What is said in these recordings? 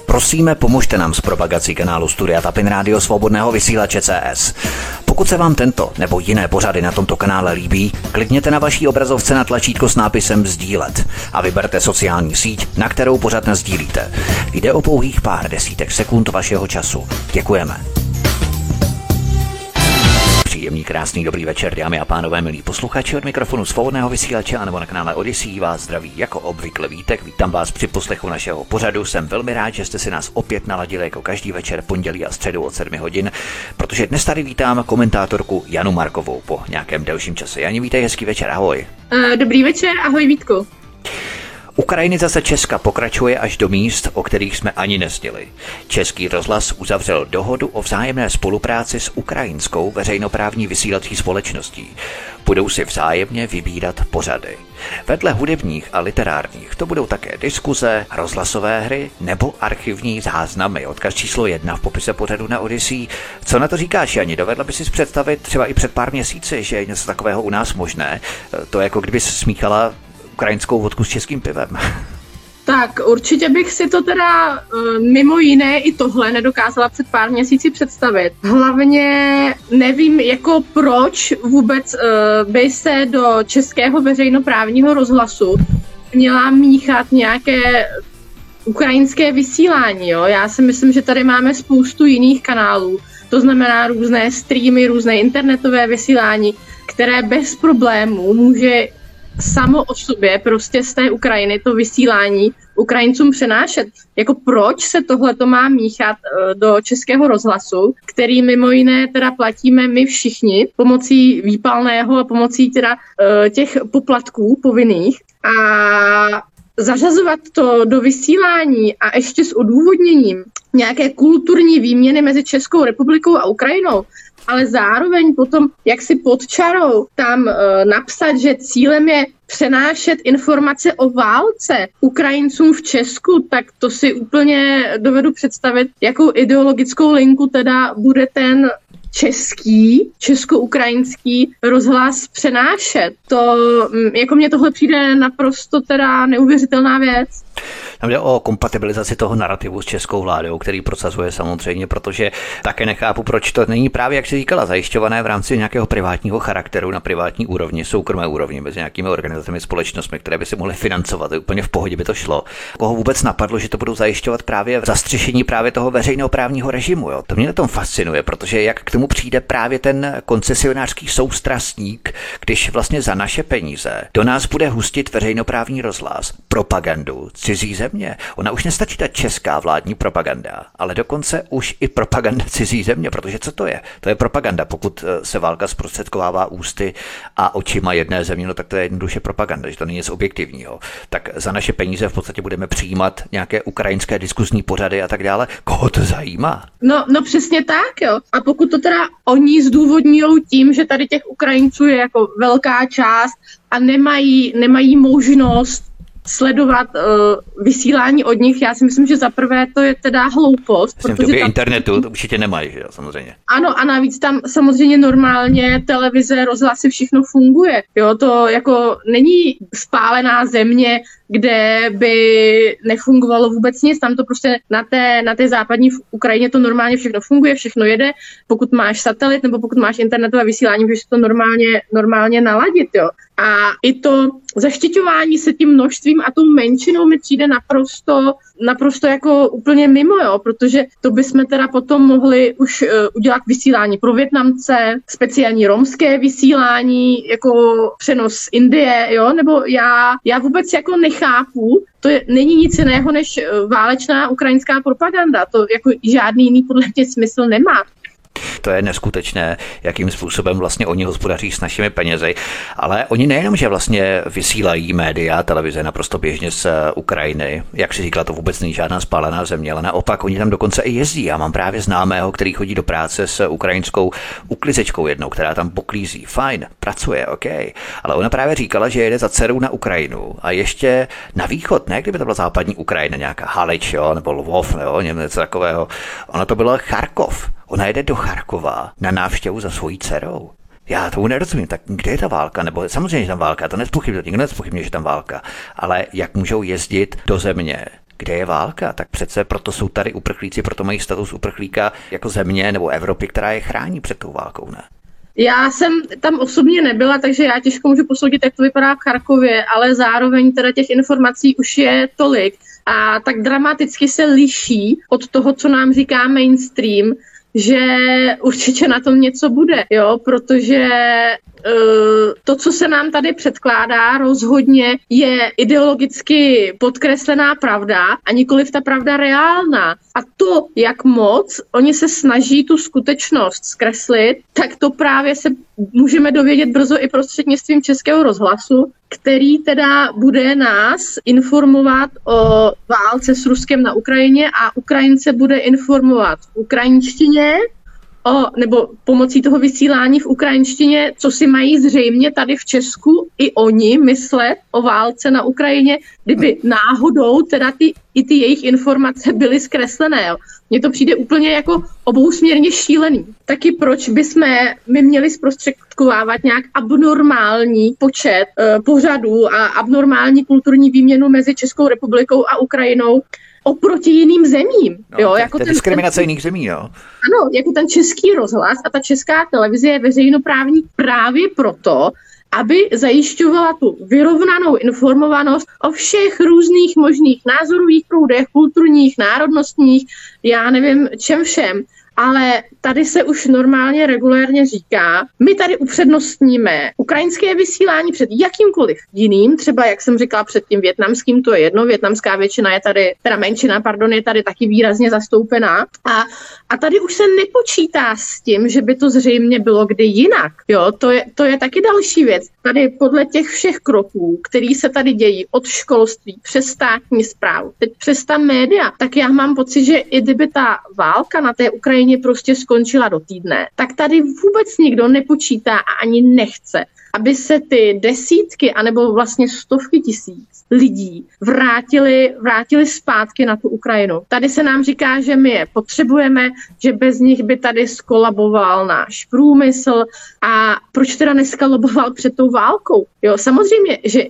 Prosíme, pomožte nám s propagací kanálu Studia Tapin Rádio Svobodného vysílače CS. Pokud se vám tento nebo jiné pořady na tomto kanále líbí, klikněte na vaší obrazovce na tlačítko s nápisem sdílet a vyberte sociální síť, na kterou pořad nasdílíte. Jde o pouhých pár desítek sekund vašeho času. Děkujeme. Příjemný, krásný, dobrý večer, dámy a pánové, milí posluchači, od mikrofonu Svobodného vysílače a nebo na kanále Odyssey vás zdraví jako obvykle Vítek. Vítám vás při poslechu našeho pořadu. Jsem velmi rád, že jste si nás opět naladili jako každý večer, pondělí a středu od 7 hodin, protože dnes tady vítám komentátorku Janu Markovou po nějakém delším čase. Jani, vítej, hezký večer, ahoj. Dobrý večer, ahoj Vítku. Ukrajinizace Česka pokračuje až do míst, o kterých jsme ani nezněli. Český rozhlas uzavřel dohodu o vzájemné spolupráci s ukrajinskou veřejnoprávní vysílací společností. Budou si vzájemně vybírat pořady. Vedle hudebních a literárních to budou také diskuze, rozhlasové hry nebo archivní záznamy. Odkaz číslo 1 v popise pořadu na Odyssey. Co na to říkáš, Jani? Dovedla by si představit třeba i před pár měsíci, že je něco takového u nás možné? To jako kdyby se smíchala ukrajinskou vodku s českým pivem. Tak určitě bych si to teda mimo jiné i tohle nedokázala před pár měsíci představit. Hlavně nevím, jako proč vůbec by se do českého veřejnoprávního rozhlasu měla míchat nějaké ukrajinské vysílání. Jo? Já si myslím, že tady máme spoustu jiných kanálů, to znamená různé streamy, různé internetové vysílání, které bez problémů může samo o sobě prostě z té Ukrajiny to vysílání Ukrajincům přenášet. Jako proč se tohleto má míchat do českého rozhlasu, který mimo jiné teda platíme my všichni pomocí výpalného a pomocí teda těch poplatků povinných a zařazovat to do vysílání a ještě s odůvodněním nějaké kulturní výměny mezi Českou republikou a Ukrajinou, ale zároveň potom, jak si pod čarou tam napsat, že cílem je přenášet informace o válce Ukrajincům v Česku, tak to si úplně dovedu představit, jakou ideologickou linku teda bude ten česko-ukrajinský rozhlas přenášet. To, jako mně tohle přijde naprosto teda neuvěřitelná věc. Tam jde o kompatibilizaci toho narrativu s českou vládou, který prosazuje samozřejmě, protože také nechápu, proč to není právě, jak jsi říkala, zajišťované v rámci nějakého privátního charakteru na privátní úrovni, soukromé úrovni, mezi nějakými organizacemi, společnostmi, které by si mohly financovat. Úplně v pohodě by to šlo. Koho vůbec napadlo, že to budou zajišťovat právě v zastřešení právě toho veřejnoprávního režimu. Jo? To mě na tom fascinuje, protože jak k tomu přijde právě ten koncesionářský soustrastník, když vlastně za naše peníze do nás bude hustit veřejnoprávní rozhlas, propagandu cizí země. Ona už nestačí ta česká vládní propaganda, ale dokonce už i propaganda cizí země, protože co to je? To je propaganda, pokud se válka zprostředkovává ústy a očima jedné země, no tak to je jednoduše propaganda, že to není nic objektivního. Tak za naše peníze v podstatě budeme přijímat nějaké ukrajinské diskuzní pořady a tak dále. Koho to zajímá? No přesně tak, jo. A pokud to teda oni zdůvodňují tím, že tady těch Ukrajinců je jako velká část a nemají možnost sledovat vysílání od nich. Já si myslím, že za prvé to je teda hloupost. V době internetu to určitě nemají, že jo, samozřejmě. Ano, a navíc tam samozřejmě normálně televize, rozhlasy, všechno funguje. Jo, to jako není spálená země, kde by nefungovalo vůbec nic. Tam to prostě na té západní Ukrajině to normálně všechno funguje, všechno jede. Pokud máš satelit nebo pokud máš internetové vysílání, můžeš to normálně naladit, jo. A i to zaštiťování se tím množstvím a tou menšinou mi přijde naprosto jako úplně mimo, jo, protože to bychom teda potom mohli už udělat vysílání pro Vietnamce, speciální romské vysílání, jako přenos z Indie, jo, nebo já vůbec jako nechápu, není nic jiného než válečná ukrajinská propaganda, to jako žádný jiný podle mě smysl nemá. To je neskutečné, jakým způsobem vlastně oni hospodaří s našimi penězi. Ale oni nejenom, že vlastně vysílají média, televize naprosto běžně z Ukrajiny, jak si říkala, to vůbec není žádná spálená země, ale naopak oni tam dokonce i jezdí. Já mám právě známého, který chodí do práce s ukrajinskou uklizečkou jednou, která tam poklízí. Fajn, pracuje, OK. Ale ona právě říkala, že jede za dcerou na Ukrajinu a ještě na východ, ne kdyby to byla západní Ukrajina, nějaká Halič, jo, nebo Lvov, jo, něco takového. Ona to byla Charkov. Ona jede do Charkova na návštěvu za svojí dcerou. Já tomu nerozumím, tak kde je ta válka? Nebo samozřejmě, že tam válka, to nezpochybňuje, nikdo nezpochybňuje, že tam válka. Ale jak můžou jezdit do země, kde je válka? Tak přece proto jsou tady uprchlíci, proto mají status uprchlíka jako země nebo Evropy, která je chrání před tou válkou, ne? Já jsem tam osobně nebyla, takže já těžko můžu posoudit, jak to vypadá v Charkově, ale zároveň teda těch informací už je tolik a tak dramaticky se liší od toho, co nám říká mainstream, že určitě na tom něco bude, jo, protože to, co se nám tady předkládá, rozhodně je ideologicky podkreslená pravda a nikoliv ta pravda reálná. A to, jak moc oni se snaží tu skutečnost zkreslit, tak to právě se můžeme dovědět brzo i prostřednictvím Českého rozhlasu, který teda bude nás informovat o válce s Ruskem na Ukrajině a Ukrajince bude informovat v ukrajinštině, nebo pomocí toho vysílání v ukrajinštině, co si mají zřejmě tady v Česku i oni myslet o válce na Ukrajině, kdyby náhodou teda ty jejich informace byly zkreslené. Jo. Mně to přijde úplně jako obousměrně šílený. Taky proč bychom my měli zprostředkovávat nějak abnormální počet pořadů a abnormální kulturní výměnu mezi Českou republikou a Ukrajinou oproti jiným zemím. No, jo, jako diskriminace jiných zemí, jo. Ano, jako ten Český rozhlas a ta Česká televize je veřejnoprávní právě proto, aby zajišťovala tu vyrovnanou informovanost o všech různých možných názorových proudech, kulturních, národnostních, já nevím čem všem. Ale tady se už normálně regulérně říká, my tady upřednostníme ukrajinské vysílání před jakýmkoliv jiným, třeba jak jsem říkala před tím vietnamským, to je jedno, vietnamská většina je tady, teda menšina, pardon, je tady taky výrazně zastoupená. A tady už se nepočítá s tím, že by to zřejmě bylo kdy jinak. Jo, to je taky další věc. Tady podle těch všech kroků, který se tady dějí od školství přes státní správu, teď přes ta média, tak já mám pocit, že i kdyby ta válka na té Ukrajině prostě skončila do týdne, tak tady vůbec nikdo nepočítá a ani nechce, aby se ty desítky anebo vlastně stovky tisíc lidí vrátili zpátky na tu Ukrajinu. Tady se nám říká, že my je potřebujeme, že bez nich by tady skolaboval náš průmysl a proč teda neskolaboval před tou válkou? Jo, samozřejmě, že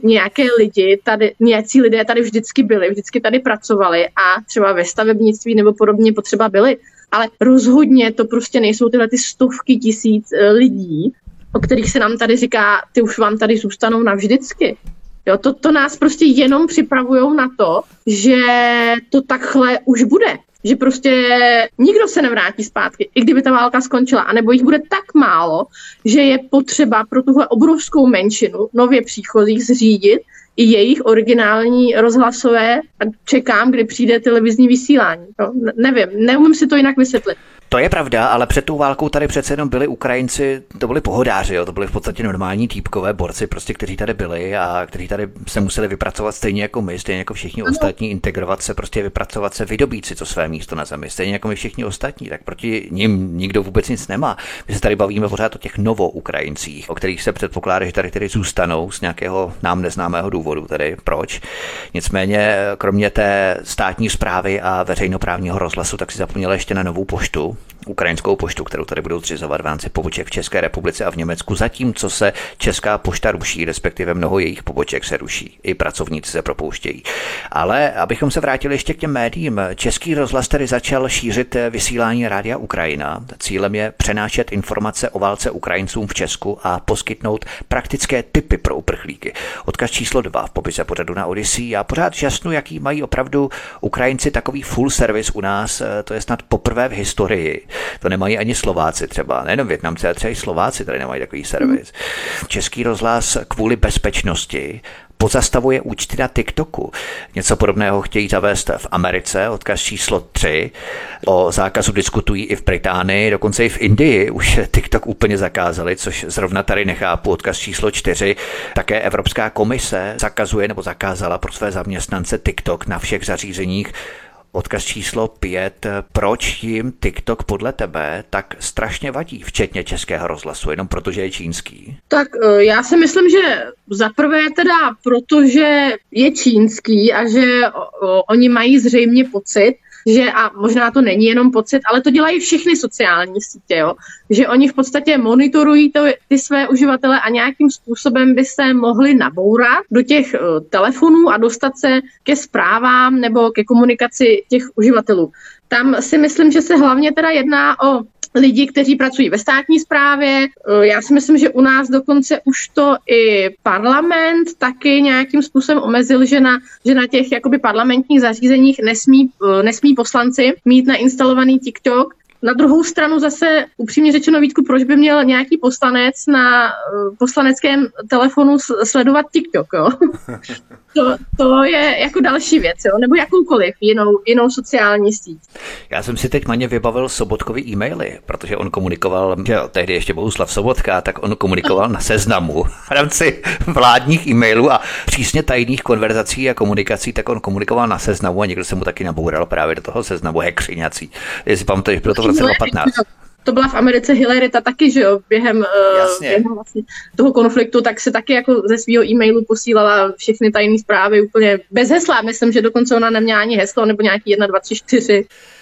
nějací lidé tady vždycky byli, vždycky tady pracovali a třeba ve stavebnictví nebo podobně potřeba byli, ale rozhodně to prostě nejsou tyhle ty stovky tisíc lidí, o kterých se nám tady říká, ty už vám tady zůstanou navždycky. Jo, to nás prostě jenom připravujou na to, že to takhle už bude. Že prostě nikdo se nevrátí zpátky, i kdyby ta válka skončila, anebo jich bude tak málo, že je potřeba pro tuhle obrovskou menšinu nově příchozích zřídit i jejich originální rozhlasové a čekám, kdy přijde televizní vysílání. Jo, nevím, neumím si to jinak vysvětlit. To je pravda, ale před tou válkou tady přece jenom byli Ukrajinci, to byli pohodáři, jo, to byli v podstatě normální týpkové borci, prostě, kteří tady byli a kteří tady se museli vypracovat stejně jako my, stejně jako všichni ostatní, integrovat se, prostě vypracovat se, vydobít si to své místo na zemi, stejně jako my všichni ostatní, tak proti nim nikdo vůbec nic nemá. My se tady bavíme pořád o těch Ukrajincích, o kterých se předpokládá, že tady zůstanou z nějakého nám neznámého důvodu, tedy proč. Nicméně, kromě té státní správy a veřejnoprávního rozhlasu, tak si zapomněla ještě na Novou poštu, ukrajinskou poštu, kterou tady budou zřizovat v rámci poboček v České republice a v Německu, zatímco se Česká pošta ruší, respektive mnoho jejich poboček se ruší, i pracovníci se propouštějí. Ale abychom se vrátili ještě k těm médiím, Český rozhlas tedy začal šířit vysílání Rádia Ukrajina. Cílem je přenášet informace o válce Ukrajincům v Česku a poskytnout praktické tipy pro uprchlíky. Odkaz číslo 2 v popise pořadu na Odyssey. Já pořád žasnu, jaký mají opravdu Ukrajinci takový full service u nás, to je snad poprvé v historii. To nemají ani Slováci třeba, nejenom Vietnamci, ale třeba i Slováci tady nemají takový servis. Český rozhlas kvůli bezpečnosti pozastavuje účty na TikToku. Něco podobného chtějí zavést v Americe, odkaz číslo 3. O zákazu diskutují i v Británii, dokonce i v Indii už TikTok úplně zakázali, což zrovna tady nechápu, odkaz číslo 4. Také Evropská komise zakazuje nebo zakázala pro své zaměstnance TikTok na všech zařízeních. Odkaz číslo 5. Proč jim TikTok podle tebe tak strašně vadí, včetně Českého rozhlasu, jenom protože je čínský? Tak já si myslím, že zaprvé teda protože je čínský a že oni mají zřejmě pocit, že, a možná to není jenom pocit, ale to dělají všechny sociální sítě, jo? Že oni v podstatě monitorují ty své uživatele a nějakým způsobem by se mohli nabourat do těch telefonů a dostat se ke zprávám nebo ke komunikaci těch uživatelů. Tam si myslím, že se hlavně teda jedná o lidi, kteří pracují ve státní správě. Já si myslím, že u nás dokonce už to i parlament taky nějakým způsobem omezil, že na těch jakoby parlamentních zařízeních nesmí poslanci mít nainstalovaný TikTok. Na druhou stranu zase upřímně řečeno, Vítku, proč by měl nějaký poslanec na poslaneckém telefonu sledovat TikTok, jo? To je jako další věc, jo? Nebo jakoukoliv jinou sociální síť. Já jsem si teď Maně vybavil Sobotkovy e-maily, protože on komunikoval, že tehdy ještě Bohuslav Sobotka, tak on komunikoval na Seznamu v rámci vládních e-mailů a přísně tajných konverzací a komunikací, tak on komunikoval na Seznamu a někdo se mu taky naboural právě do toho Seznamu, hackři nějací. Jestli pamatuješ, bylo to v roce 2015. To byla v Americe Hillary, ta taky, že jo, během vlastně toho konfliktu, tak se taky jako ze svého e-mailu posílala všechny tajné zprávy úplně bez hesla. Myslím, že dokonce ona neměla ani heslo, nebo nějaký 1, 2, 3, 4.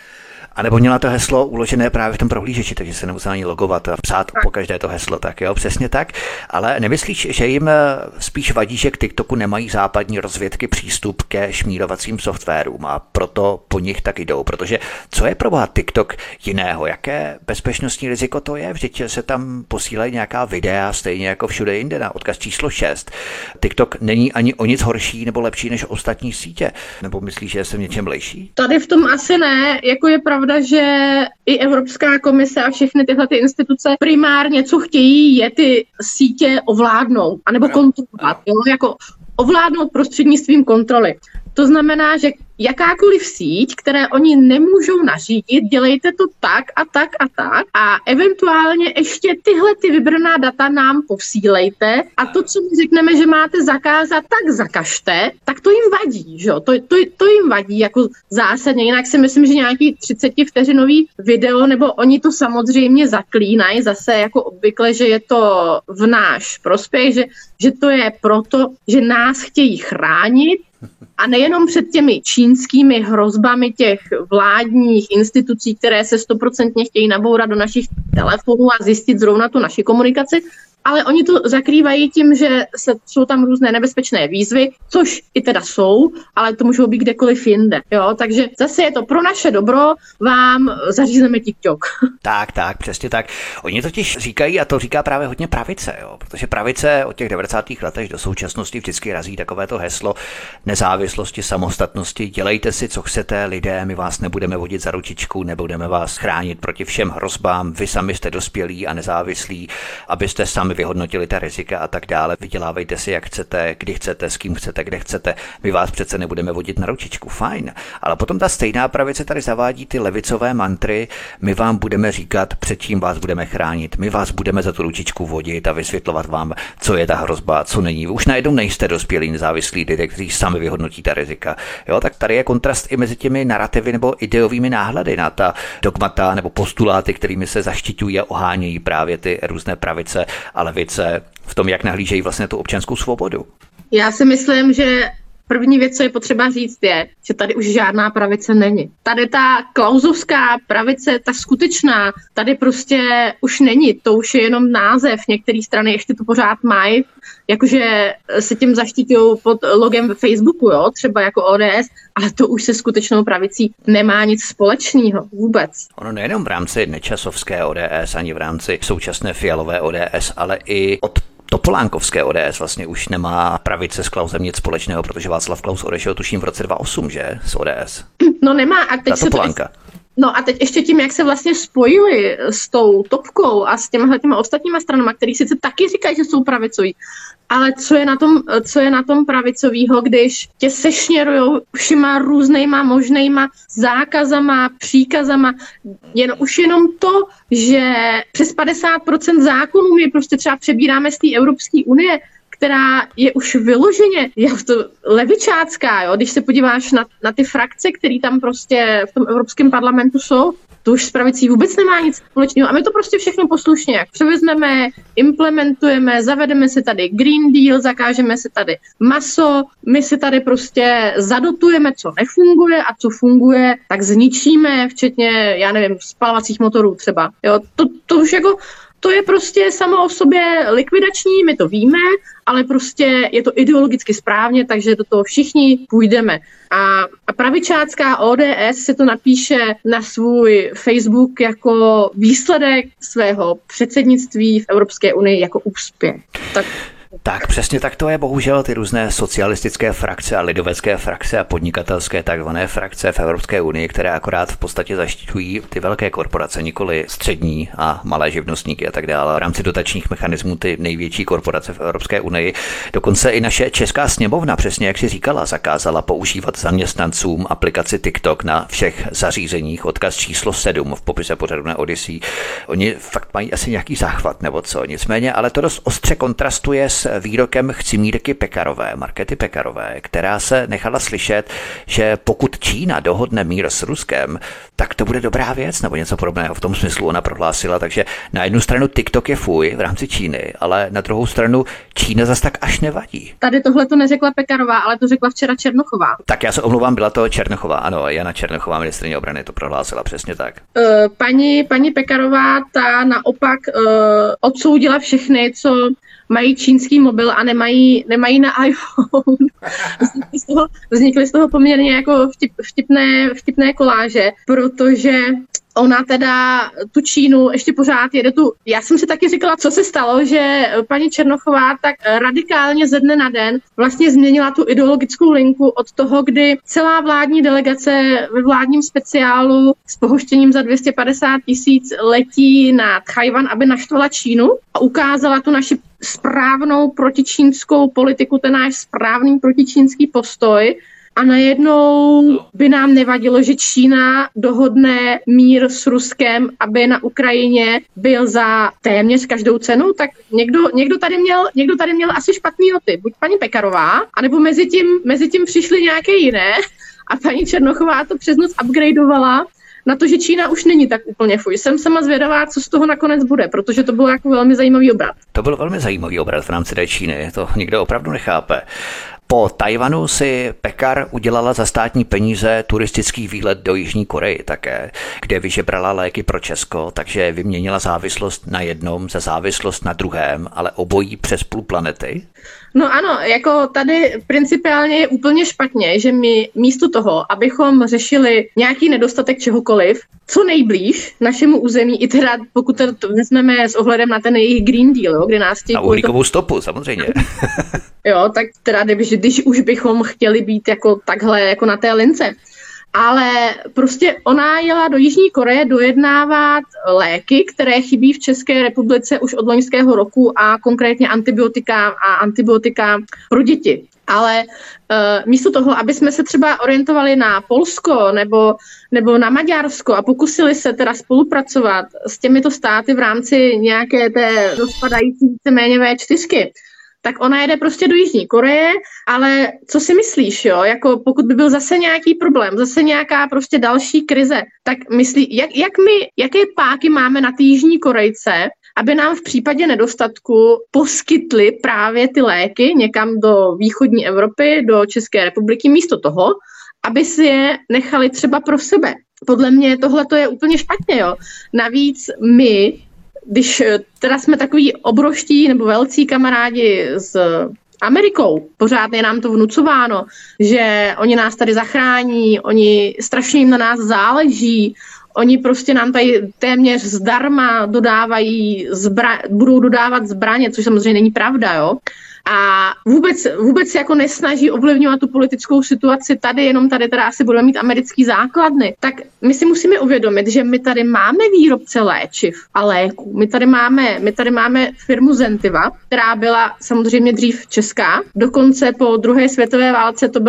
A nebo měla to heslo uložené právě v tom prohlížeči, takže se nemusela ani logovat a psát po každé to heslo, tak jo, přesně tak. Ale nemyslíš, že jim spíš vadí, že k TikToku nemají západní rozvědky přístup ke šmírovacím softwarům a proto po nich tak jdou? Protože co je proboha TikTok jiného? Jaké bezpečnostní riziko to je? Vždyť se tam posílají nějaká videa, stejně jako všude jinde na odkaz číslo 6. TikTok není ani o nic horší nebo lepší než ostatní sítě. Nebo myslíš, že jsem něčem lejší? Tady v tom asi ne, jako je pravda, že i Evropská komise a všechny tyhle ty instituce primárně, co chtějí, je ty sítě ovládnout, anebo kontrolovat, jo? Jako ovládnout prostřednictvím kontroly. To znamená, že jakákoliv síť, které oni nemůžou nařídit, dělejte to tak a tak a tak a eventuálně ještě tyhle ty vybraná data nám posílejte a to, co my řekneme, že máte zakázat, tak zakažte, tak to jim vadí, že jo? To jim vadí jako zásadně, jinak si myslím, že nějaký 30 vteřinový video, nebo oni to samozřejmě zaklínají zase jako obvykle, že je to v náš prospěch, že to je proto, že nás chtějí chránit. A nejenom před těmi čínskými hrozbami těch vládních institucí, které se 100% chtějí nabourat do našich telefonů a zjistit zrovna tu naši komunikaci, ale oni to zakrývají tím, že jsou tam různé nebezpečné výzvy, což i teda jsou, ale to můžou být kdekoliv jinde. Jo? Takže zase je to pro naše dobro, vám zařízneme TikTok. Tak, přesně tak. Oni totiž říkají, a to říká právě hodně pravice, jo? Protože pravice od těch 90. letech do současnosti vždycky razí takovéto heslo nezávislosti, samostatnosti. Dělejte si, co chcete, lidé, my vás nebudeme vodit za ručičku, nebudeme vás chránit proti všem hrozbám, vy sami jste dospělí a nezávislí, abyste sami vyhodnotili ta rizika a tak dále. Vydělávejte si, jak chcete, kdy chcete, s kým chcete, kde chcete. My vás přece nebudeme vodit na ručičku. Fajn. Ale potom ta stejná pravice tady zavádí ty levicové mantry. My vám budeme říkat, před čím vás budeme chránit. My vás budeme za tu ručičku vodit a vysvětlovat vám, co je ta hrozba, co není. Vy už najednou nejste dospělí nezávislí lidé, kteří sami vyhodnotí ta rizika. Jo, tak tady je kontrast i mezi těmi narrativy nebo ideovými náhledy na ta dogmata nebo postuláty, kterými se zaštiťují a ohánějí právě ty různé pravice a levice v tom, jak nahlížejí vlastně tu občanskou svobodu. Já si myslím, že první věc, co je potřeba říct, je, že tady už žádná pravice není. Tady ta klausovská pravice, ta skutečná, tady prostě už není. To už je jenom název. Některé strany ještě to pořád mají, jakože se tím zaštiťují pod logem Facebooku, jo, třeba jako ODS, ale to už se skutečnou pravicí nemá nic společného vůbec. Ono nejenom v rámci nečasovské ODS, ani v rámci současné Fialové ODS, ale i od Topolánkovské ODS vlastně už nemá pravice s Klausem nic společného, protože Václav Klaus odešel tuším v roce 2008, že? Z ODS. No nemá. A teď No a teď ještě tím, jak se vlastně spojili s tou Topkou a s těma ostatníma stranama, který sice taky říkají, že jsou pravicoví, ale co je na tom pravicovýho, když tě sešněrujou všema různýma možnýma zákazama, příkazama, už jenom to, že přes 50% zákonů my prostě třeba přebíráme z té Evropské unie, která je už vyloženě levičácká, jo? Když se podíváš na ty frakce, které tam prostě v tom Evropském parlamentu jsou, to už s pravicí vůbec nemá nic společného. A my to prostě všechno poslušně jak převezmeme, implementujeme, zavedeme si tady Green Deal, zakážeme si tady maso, my si tady prostě zadotujeme, co nefunguje a co funguje, tak zničíme, včetně, já nevím, spalovacích motorů třeba. Jo, to už jako, to je prostě samo o sobě likvidační, my to víme, ale prostě je to ideologicky správně, takže do toho všichni půjdeme. A pravičácká ODS se to napíše na svůj Facebook jako výsledek svého předsednictví v Evropské unii jako úspěch. Tak přesně tak to je bohužel ty různé socialistické frakce a lidovecké frakce a podnikatelské takzvané frakce v Evropské unii, které akorát v podstatě zaštiťují ty velké korporace, nikoli střední a malé živnostníky a tak dále. V rámci dotačních mechanismů ty největší korporace v Evropské unii. Dokonce i naše česká sněmovna, přesně jak si říkala, zakázala používat zaměstnancům aplikaci TikTok na všech zařízeních. Odkaz číslo 7 v popise pořadu na Odyssey. Oni fakt mají asi nějaký záchvat nebo co. Nicméně, ale to dost ostře kontrastuje s výrokem Chcimírky Pekarové, Markéty Pekarové, která se nechala slyšet, že pokud Čína dohodne mír s Ruskem, tak to bude dobrá věc, nebo něco podobného v tom smyslu ona prohlásila. Takže na jednu stranu TikTok je fuj v rámci Číny, ale na druhou stranu Čína zas tak až nevadí. Tady tohle to neřekla Pekarová, ale to řekla včera Černochová. Tak já se omlouvám, byla to Černochová, ano, Jana Černochová, ministryně obrany, to prohlásila přesně tak. Paní Pekarová, ta naopak odsoudila všechny, co mají čínský mobil a nemají na iPhone. Vznikly z toho poměrně jako vtipné koláže, protože ona teda tu Čínu ještě pořád jede tu. Já jsem si taky říkala, co se stalo, že paní Černochová tak radikálně ze dne na den vlastně změnila tu ideologickou linku od toho, kdy celá vládní delegace ve vládním speciálu s pohoštěním za 250 000 letí na Tchajwan, aby naštvala Čínu a ukázala tu naši správnou protičínskou politiku, ten náš správný protičínský postoj. A najednou by nám nevadilo, že Čína dohodne mír s Ruskem, aby na Ukrajině byl za téměř každou cenu, tak někdo tady měl asi špatný noty. Buď paní Pekarová, anebo mezi tím přišly nějaké jiné a paní Černochová to přes noc upgradeovala na to, že Čína už není tak úplně fuj. Jsem sama zvědavá, co z toho nakonec bude, protože to byl jako velmi zajímavý obrat. To byl velmi zajímavý obrat v rámci té Číny, to nikdo opravdu nechápe. Po Tajvanu si Pekar udělala za státní peníze turistický výlet do Jižní Koreji také, kde vyžebrala léky pro Česko, takže vyměnila závislost na jednom za závislost na druhém, ale obojí přes půl planety. No ano, jako tady principiálně je úplně špatně, že my místo toho, abychom řešili nějaký nedostatek čehokoliv, co nejblíž našemu území, i teda pokud to vezmeme s ohledem na ten jejich Green Deal, jo, kde nás na uhlíkovou stopu, samozřejmě. Jo, tak teda když už bychom chtěli být jako takhle jako na té lince. Ale prostě ona jela do Jižní Koreje dojednávat léky, které chybí v České republice už od loňského roku a konkrétně antibiotika pro děti. Ale místo toho, aby jsme se třeba orientovali na Polsko nebo na Maďarsko a pokusili se teda spolupracovat s těmito státy v rámci nějaké té rozpadající víceméně V4, tak ona jede prostě do Jižní Koreje, ale co si myslíš, jo? Jako pokud by byl zase nějaký problém, zase nějaká prostě další krize, tak jaké páky máme na ty Jižní Korejce, aby nám v případě nedostatku poskytli právě ty léky někam do východní Evropy, do České republiky, místo toho, aby si je nechali třeba pro sebe. Podle mě tohle to je úplně špatně, jo. Navíc my, když teda jsme takový obroští nebo velcí kamarádi s Amerikou, pořád je nám to vnucováno, že oni nás tady zachrání, oni strašně jim na nás záleží, oni prostě nám tady téměř zdarma budou dodávat zbraně, což samozřejmě není pravda, jo. A vůbec jako nesnaží ovlivňovat tu politickou situaci tady, jenom tady teda asi budeme mít americký základny. Tak my si musíme uvědomit, že my tady máme výrobce léčiv a léků. My tady máme firmu Zentiva, která byla samozřejmě dřív česká. Dokonce po druhé světové válce to byla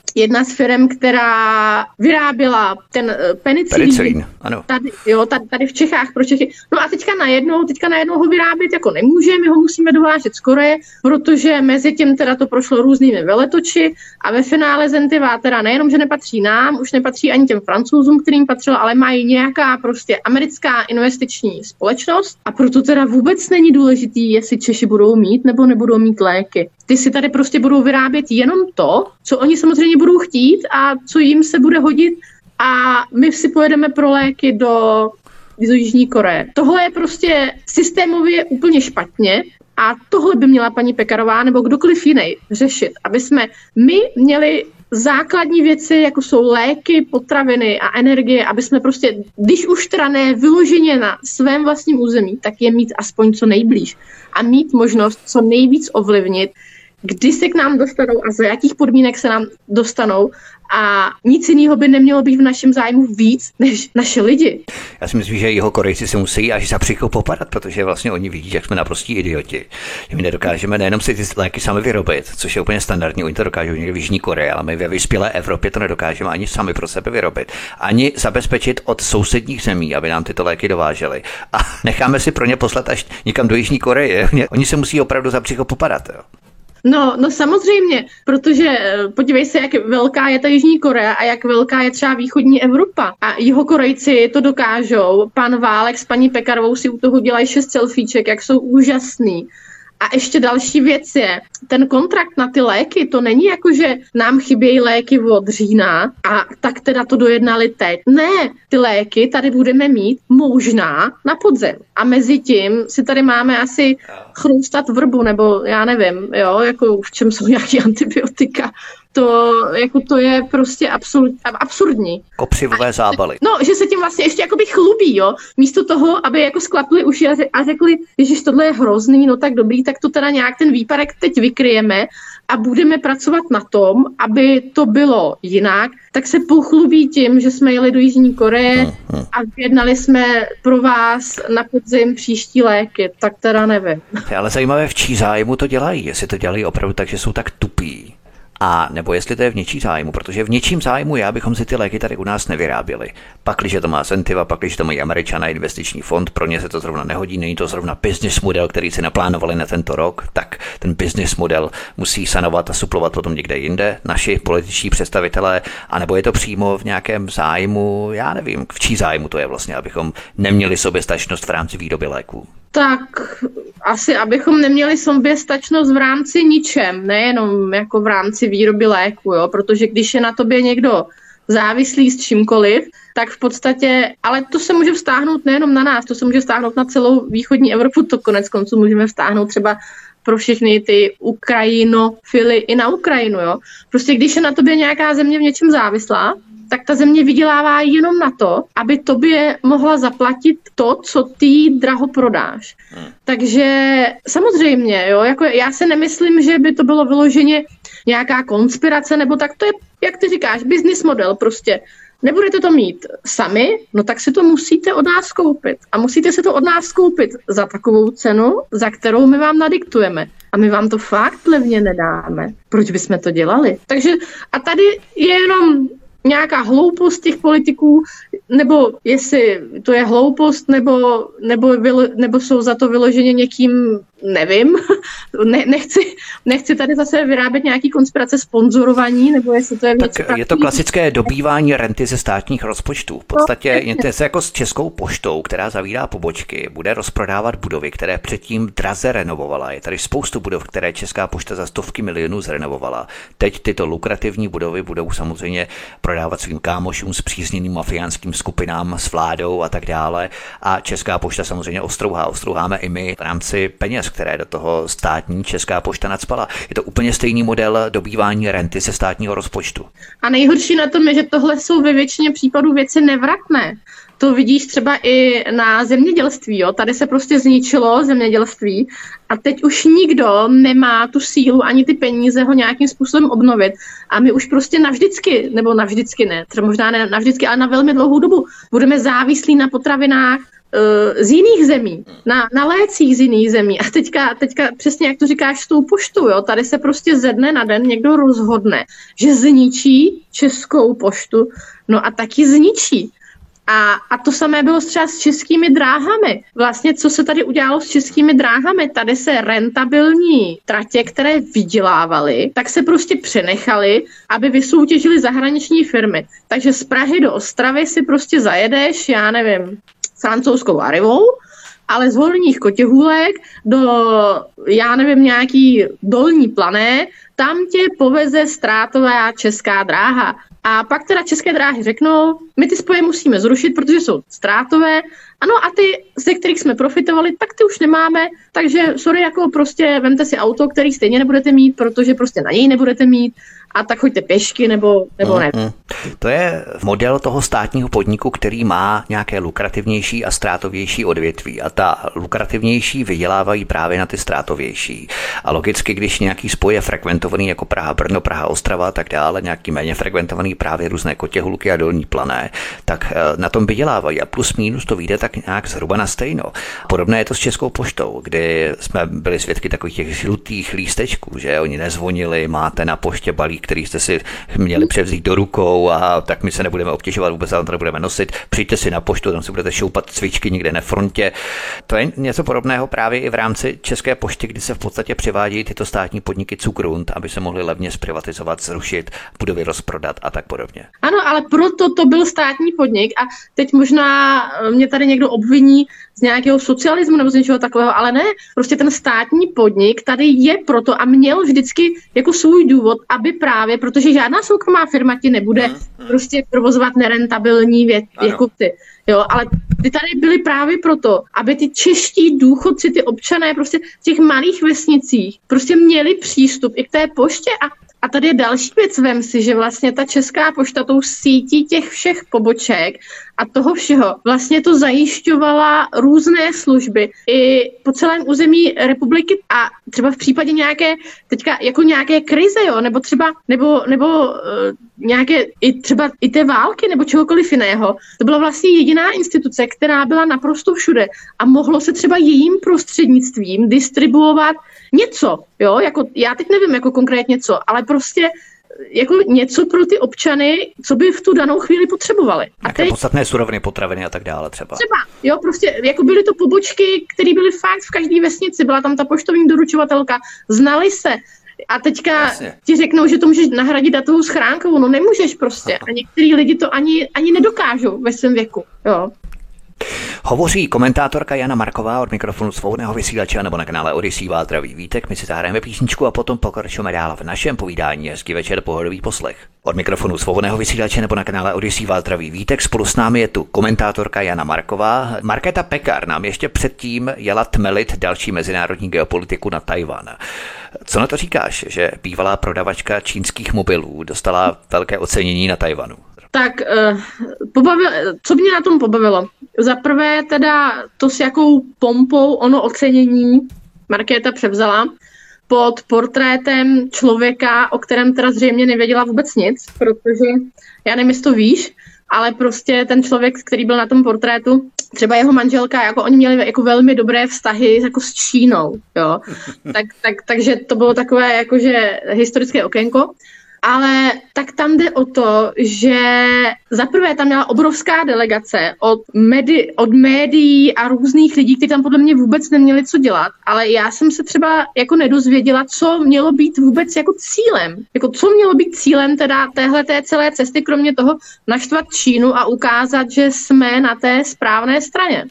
jedna z firm, která vyráběla ten penicilín. Ano. Tady v Čechách pro Čechy. No a teďka najednou ho vyrábět jako nemůžeme, my ho musíme dovážet z Koreje, protože mezi tím teda to prošlo různými veletoči a ve finále Zentiva teda nejenom, že nepatří nám, už nepatří ani těm Francouzům, kterým patřilo, ale mají nějaká prostě americká investiční společnost a proto teda vůbec není důležitý, jestli Češi budou mít nebo nebudou mít léky. Ty si tady prostě budou vyrábět jenom to, co oni samozřejmě budou chtít a co jim se bude hodit a my si pojedeme pro léky do Jižní Koreje. Tohle je prostě systémově úplně špatně a tohle by měla paní Pekarová nebo kdokoliv jiný řešit, aby jsme my měli základní věci, jako jsou léky, potraviny a energie, aby jsme prostě, když už teda ne vyloženě na svém vlastním území, tak je mít aspoň co nejblíž a mít možnost co nejvíc ovlivnit, kdy se k nám dostanou a za jakých podmínek se nám dostanou a nic jiného by nemělo být v našem zájmu víc než naše lidi. Já si myslím, že jeho Korejci se musí až za břicho popadat, protože vlastně oni vidí, jak jsme naprostí idioti. My nedokážeme nejenom si ty léky sami vyrobit, což je úplně standardní, oni to dokážou někde v Jižní Koreji, ale my ve vyspělé Evropě to nedokážeme ani sami pro sebe vyrobit, ani zabezpečit od sousedních zemí, aby nám tyto léky dovážely. A necháme si pro ně poslat až někam do Jižní Koreje. Oni se musí opravdu za břicho popadat. Jo. No samozřejmě, protože podívej se, jak velká je ta Jižní Korea a jak velká je třeba východní Evropa. A Jihokorejci to dokážou, pan Válek s paní Pekarovou si u toho dělají 6 selfieček, jak jsou úžasný. A ještě další věc je, ten kontrakt na ty léky, to není jako, že nám chybějí léky od října a tak teda to dojednali teď. Ne, ty léky tady budeme mít možná na podzim. A mezi tím si tady máme asi chroustat vrbu, nebo já nevím, jo, jako v čem jsou nějaký antibiotika. To je prostě absurdní. Kopřivové zábaly. No, že se tím vlastně ještě jakoby chlubí, jo. Místo toho, aby jako sklapli uši a řekli, ježiš, tohle je hrozný, no tak dobrý, tak to teda nějak ten výpadek teď vykryjeme a budeme pracovat na tom, aby to bylo jinak, tak se pochlubí tím, že jsme jeli do Jižní Koreje a vyjednali jsme pro vás na podzim příští léky, tak teda nevím. Ale zajímavé, v čí zájmu to dělají, jestli to dělají opravdu tak, že jsou tak tupí. A nebo jestli to je v něčí zájmu, protože v něčím zájmu je, abychom si ty léky tady u nás nevyráběli. Pakliže to má Zentiva, pakliže to mají Američané investiční fond, pro ně se to zrovna nehodí, není to zrovna business model, který si naplánovali na tento rok, tak ten business model musí sanovat a suplovat potom někde jinde naši političtí představitelé, anebo je to přímo v nějakém zájmu, já nevím, v čí zájmu to je vlastně, abychom neměli soběstačnost v rámci výroby léků. Tak asi, abychom neměli soběstačnost v rámci ničem, nejenom jako v rámci výroby léku, jo? Protože když je na tobě někdo závislý s čímkoliv, tak v podstatě, ale to se může vztáhnout nejenom na nás, to se může vztáhnout na celou východní Evropu, to konec konců můžeme vztáhnout třeba pro všechny ty Ukrajinofily i na Ukrajinu, jo. Prostě když je na tobě nějaká země v něčem závislá, tak ta země vydělává jenom na to, aby tobě mohla zaplatit to, co ty draho prodáš. Takže samozřejmě, jo, jako já se nemyslím, že by to bylo vyloženě nějaká konspirace, nebo tak to je, jak ty říkáš, business model prostě. Nebudete to mít sami, no tak si to musíte od nás koupit. A musíte si to od nás koupit za takovou cenu, za kterou my vám nadiktujeme. A my vám to fakt levně nedáme. Proč bychom to dělali? Takže a tady je jenom nějaká hloupost těch politiků, nebo jestli to je hloupost, nebo jsou za to vyloženě někým, nevím, nechci tady zase vyrábět nějaký konspirace sponzorovaní, nebo jestli to je věc. Tak je to klasické dobývání renty ze státních rozpočtů. V podstatě je to jako s Českou poštou, která zavírá pobočky, bude rozprodávat budovy, které předtím draze renovovala. Je tady spoustu budov, které Česká pošta za stovky milionů zrenovovala. Teď tyto lukrativní budovy budou samozřejmě prodávat svým kámošům, spřízněným mafiánským skupinám s vládou a tak dále. A Česká pošta samozřejmě ostrouháme i my v rámci peněz, které do toho státní Česká pošta nacpala. Je to úplně stejný model dobývání renty ze státního rozpočtu. A nejhorší na tom je, že tohle jsou ve většině případů věci nevratné. To vidíš třeba i na zemědělství. Jo? Tady se prostě zničilo zemědělství a teď už nikdo nemá tu sílu ani ty peníze ho nějakým způsobem obnovit. A my už prostě navždycky, nebo navždycky ne, třeba možná ne navždycky, ale na velmi dlouhou dobu budeme závislí na potravinách z jiných zemí, na lécích z jiných zemí. A teďka přesně jak to říkáš s tou poštou, jo, tady se prostě ze dne na den někdo rozhodne, že zničí Českou poštu, no a taky zničí. A to samé bylo třeba s Českými dráhami. Vlastně, co se tady udělalo s Českými dráhami? Tady se rentabilní tratě, které vydělávaly, tak se prostě přenechaly, aby vysoutěžily zahraniční firmy. Takže z Prahy do Ostravy si prostě zajedeš, já nevím, francouzskou Arrivou, ale z Horních Kotěhůlek do, já nevím, nějaký Dolní Plané, tam tě poveze ztrátová Česká dráha. A pak teda České dráhy řeknou, my ty spoje musíme zrušit, protože jsou ztrátové. Ano, a ty, ze kterých jsme profitovali, tak ty už nemáme, takže sorry, jako prostě vemte si auto, který stejně nebudete mít, protože prostě na něj nebudete mít, a tak choďte pěšky nebo ne. To je model toho státního podniku, který má nějaké lukrativnější a ztrátovější odvětví a ta lukrativnější vydělávají právě na ty ztrátovější. A logicky, když nějaký spoj je frekventovaný jako Praha, Brno, Praha, Ostrava a tak dále, nějaký méně frekventovaný právě různé Kotěhulky a Dolní Plané, tak na tom vydělávají a plus minus to vyjde tak nějak zhruba na stejno. Podobné je to s Českou poštou, kdy jsme byli svědky takových těch žlutých lístečků, že oni nezvonili, máte na poště balík, který jste si měli převzít do rukou a tak my se nebudeme obtěžovat, vůbec tam to nebudeme nosit. Přijďte si na poštu, tam si budete šoupat cvičky někde na frontě. To je něco podobného právě i v rámci České pošty, kdy se v podstatě převádějí tyto státní podniky Zugrund, aby se mohly levně zprivatizovat, zrušit, budovy rozprodat a tak podobně. Ano, ale proto to byl státní podnik a teď možná mě tady někdo obviní z nějakého socialismu nebo z něčeho takového, ale ne, prostě ten státní podnik tady je proto a měl vždycky jako svůj důvod, aby právě, protože žádná soukromá firma ti nebude prostě provozovat nerentabilní jako ty. Jo, ale ty tady byly právě proto, aby ty čeští důchodci, ty občané prostě v těch malých vesnicích prostě měli přístup i k té poště a tady je další věc, vem si, že vlastně ta Česká pošta tou sítí těch všech poboček a toho všeho vlastně to zajišťovala různé služby i po celém území republiky a třeba v případě nějaké, teďka jako nějaké krize, jo, nebo třeba, nebo nějaké třeba i té války nebo čehokoliv jiného. To byla vlastně jediná instituce, která byla naprosto všude a mohlo se třeba jejím prostřednictvím distribuovat něco, jo, jako já teď nevím jako konkrétně co, ale prostě jako něco pro ty občany, co by v tu danou chvíli potřebovali. Nějaké podstatné suroviny, potraviny a tak dále třeba. Jo, prostě jako byly to pobočky, které byly fakt v každé vesnici, byla tam ta poštovní doručovatelka, znali se. A teďka ti řeknou, že to můžeš nahradit datovou schránkou, no nemůžeš prostě. A některý lidi to ani nedokážou ve svém věku, jo. Hovoří komentátorka Jana Marková od mikrofonu Svobodného vysílače nebo na kanále Odyssey vás zdraví Vítek. My si zahrajeme písničku a potom pokračujeme dál v našem povídání. Hezký večer, pohodový poslech. Od mikrofonu Svobodného vysílače nebo na kanále Odyssey vás zdraví Vítek. Spolu s námi je tu komentátorka Jana Marková. Markéta Pekar nám ještě předtím jela tmelit další mezinárodní geopolitiku na Tajvan. Co na to říkáš, že bývalá prodavačka čínských mobilů dostala velké ocenění na Tajvanu? Tak, co mě na tom pobavilo? Za prvé teda to, s jakou pompou ono ocenění Markéta převzala pod portrétem člověka, o kterém teda zřejmě nevěděla vůbec nic, protože já nevím, jestli to víš, ale prostě ten člověk, který byl na tom portrétu, třeba jeho manželka, jako oni měli jako velmi dobré vztahy jako s Čínou, jo. Takže to bylo takové jakože historické okénko. Ale tak tam jde o to, že zaprvé tam měla obrovská delegace od médií a různých lidí, kteří tam podle mě vůbec neměli co dělat, ale já jsem se třeba jako nedozvěděla, co mělo být vůbec jako cílem. Jako co mělo být cílem teda téhleté celé cesty, kromě toho naštvat Čínu a ukázat, že jsme na té správné straně.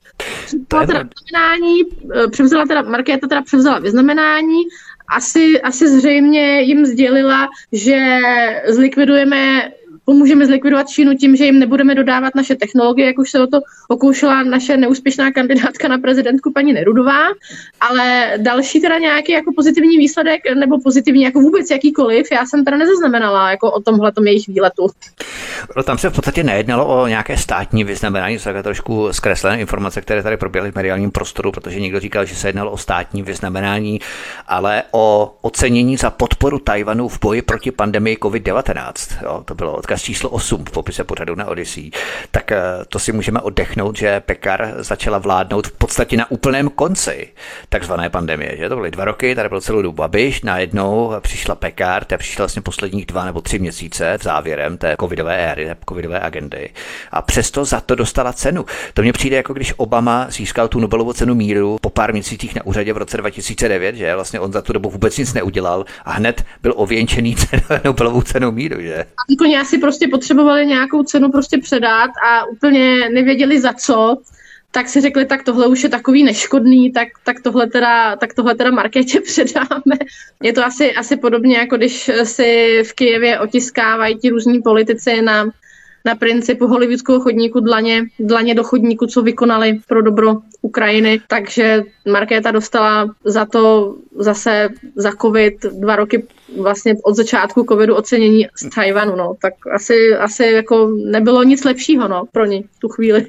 Markéta převzala vyznamenání, asi zřejmě jim sdělila, že pomůžeme zlikvidovat Čínu tím, že jim nebudeme dodávat naše technologie, jak už se o to pokoušela naše neúspěšná kandidátka na prezidentku paní Nerudová, ale další teda nějaký jako pozitivní výsledek, nebo pozitivní jako vůbec jakýkoliv, já jsem teda nezaznamenala jako o tomhletom jejich výletu. Tam se v podstatě nejednalo o nějaké státní vyznamenání, to je trošku zkreslené informace, které tady proběhly v mediálním prostoru, protože někdo říkal, že se jednalo o státní vyznamenání, ale o ocenění za podporu Tajvanu v boji proti pandemii COVID-19. Jo, to bylo odkaz číslo 8 v popise pořadu na Odyssey, tak to si můžeme oddechnout, že Pekar začala vládnout v podstatě na úplném konci takzvané pandemie. Že? To byly 2 roky, tady byl celou dobu Babiš, najednou přišla Pekar, ta přišla vlastně posledních 2 nebo 3 měsíce v závěrem té covidové éry, té covidové agendy. A přesto za to dostala cenu. To mně přijde, jako když Obama získal tu Nobelovu cenu míru po pár měsících na úřadě v roce 2009, že vlastně on za tu dobu vůbec nic neudělal a hned byl ověnčený Nobelovou cenou míru, že? A oni asi prostě potřebovali nějakou cenu prostě předat a úplně nevěděli za co, tak si řekli, tak tohle už je takový neškodný, tak tohle teda Markétě předáme. Je to asi podobně, jako když si v Kyjevě otiskávají ti různí politici na principu hollywoodského chodníku dlaně do chodníku, co vykonali pro dobro Ukrajiny. Takže Markéta dostala za to zase za covid 2 roky vlastně od začátku covidu ocenění z Tajvanu. No. Tak asi jako nebylo nic lepšího pro ní v tu chvíli.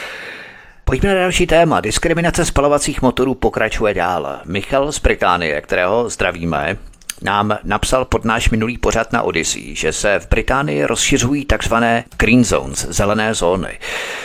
Pojďme na další téma. Diskriminace spalovacích motorů pokračuje dál. Michal z Británie, kterého zdravíme, nám napsal pod náš minulý pořad na Odyssey, že se v Británii rozšiřují takzvané green zones, zelené zóny.